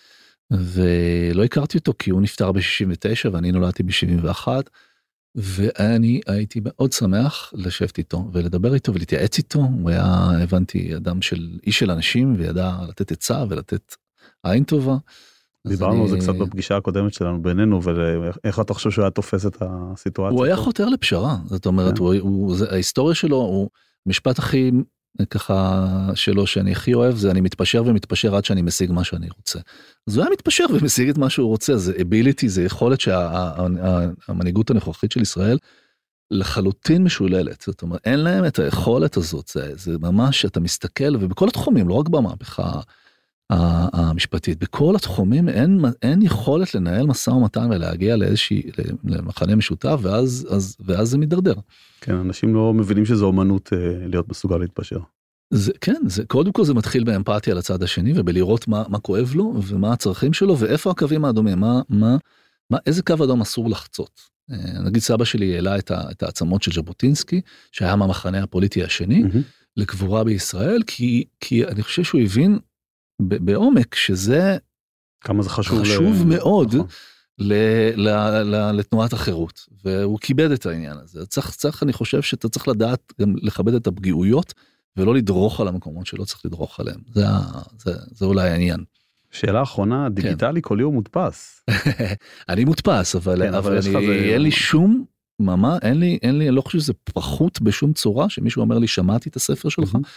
ולא הכרתי אותו כי הוא נפטר ב-שישים ותשע, ואני נולדתי ב-שבעים ואחת, ואני הייתי מאוד שמח לשבת איתו ולדבר איתו ולהתייעץ איתו. הוא היה, הבנתי, אדם של איש של אנשים וידע לתת עצה ולתת עין טובה. דיברנו על זה קצת בפגישה הקודמת שלנו בינינו, ואיך אתה חושב שהוא היה תופס את הסיטואציה? הוא היה חותר לפשרה, זאת אומרת, ההיסטוריה שלו, הוא משפט הכי ככה שלו שאני הכי אוהב, זה אני מתפשר ומתפשר עד שאני משיג מה שאני רוצה. אז הוא היה מתפשר ומשיג את מה שהוא רוצה, זה ability, זה יכולת שהמנהיגות הנוכחית של ישראל לחלוטין משוללת, זאת אומרת, אין להם את היכולת הזאת, זה, זה ממש, אתה מסתכל, ובכל התחומים, לא רק במהפכה המשפטית, בכל התחומים אין, אין יכולת לנהל משא ומתן ולהגיע לאיזושהי, למחנה משותף, ואז, אז, ואז זה מתדרדר. כן, אנשים לא מבינים שזו אומנות להיות מסוגל להתפשר. זה, כן, זה, קודם כל זה מתחיל באמפתיה לצד השני, ובלראות מה, מה כואב לו, ומה הצרכים שלו, ואיפה הקווים האדומים, מה, מה, מה, איזה קו אדום אסור לחצות. נגיד סבא שלי העלה את, ה, את העצמות של ז'בוטינסקי, שהיה מהמחנה הפוליטי השני, mm-hmm. לקבורה בישראל, כי, כי אני חושב שהוא הבין, בעומק שזה כמה זה חשוב, חשוב ל... מאוד נכון. ל... ל... ל... לתנועת החירות, והוא כיבד את העניין הזה. צריך, צריך, אני חושב שאתה צריך לדעת גם לכבד את הפגיעויות, ולא לדרוך על המקומות שלא צריך לדרוך עליהם. זה, זה, זה אולי העניין. שאלה אחרונה, דיגיטלי כן. כל יום מודפס. אני מודפס, אבל, כן, אבל, אבל אני, זה... אין לי שום, ממש, אין לי, אין לי, אני לא חושב שזה פחות בשום צורה, שמישהו אומר לי, שמעתי את הספר שלך,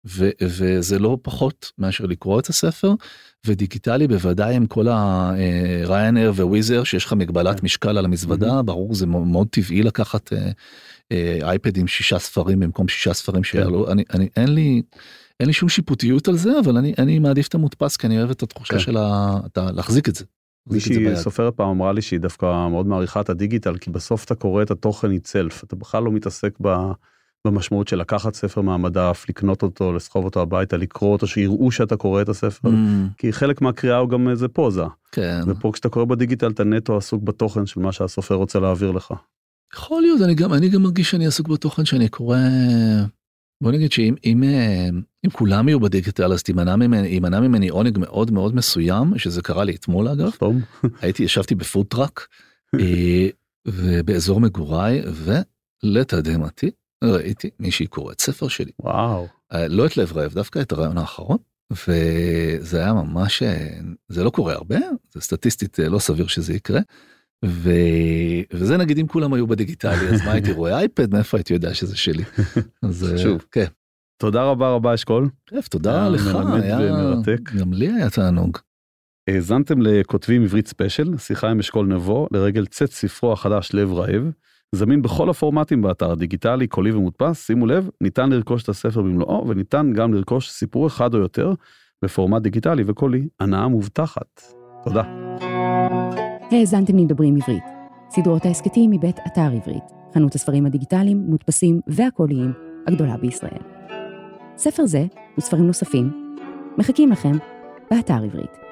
ו- וזה לא פחות מאשר לקרוא את הספר, ודיגיטלי בוודאי עם כל ה-ריינר וויזר, שיש לך מגבלת משקל על המזוודה, ברור זה מאוד טבעי לקחת אייפד עם שישה ספרים במקום שישה ספרים שיעלו, אני, אני, אין לי, אין לי שום שיפוטיות על זה, אבל אני, אני מעדיף את המודפס, כי אני אוהב את התחושה של להחזיק את זה. מישהי סופרת פעם אמרה לי שהיא דווקא מאוד מעריכה את הדיגיטל, כי בסוף אתה קורא את התוכן איצלף, אתה בכלל לא מתעסק במשמעות של לקחת ספר מהמדף, לקנות אותו, לסחוב אותו הביתה, לקרוא אותו, שיראו שאתה קורא את הספר, כי חלק מהקריאה הוא גם איזה פוזה. ופה כשאתה קורא בדיגיטל, אתה נטו עסוק בתוכן של מה שהסופר רוצה להעביר לך. יכול להיות, אני גם, אני גם מרגיש שאני עסוק בתוכן שאני קורא, בוא נגיד שאם אם, אם כולם יהיו בדיגיטל, אז תימנע ממני, יימנע ממני עונג מאוד מאוד מסוים, שזה קרה לי אתמול אגב, הייתי, ישבתי בפודטראק, ובאזור מגוריי, ולתדהמתי, ראיתי מישהי קוראת ספר שלי. וואו. לא את לב רעב, דווקא את הרעיון האחרון, וזה היה ממש, זה לא קורה הרבה, זה סטטיסטית לא סביר שזה יקרה, ו... וזה נגיד אם כולם היו בדיגיטלי, אז מה הייתי רואה אייפד, מאיפה הייתי יודע שזה שלי. אז שוב, כן. תודה רבה רבה אשכול. כיף, תודה לך, היה ומרתק. גם לי היה תענוג. האזנתם לכותבים עברית ספיישל, שיחה עם אשכול נבו, לרגל צאת ספרו החדש לב רעב, זמין בכל הפורמטים באתר דיגיטלי, קולי ומודפס, שימו לב, ניתן לרכוש את הספר במלואו, וניתן גם לרכוש סיפור אחד או יותר, בפורמט דיגיטלי וקולי, הנאה מובטחת. תודה. האזנתם לדברים עברית, סדרות ההסכתים מבית אתר עברית, חנות הספרים הדיגיטליים, מודפסים והקוליים הגדולה בישראל. ספר זה וספרים נוספים מחכים לכם באתר עברית.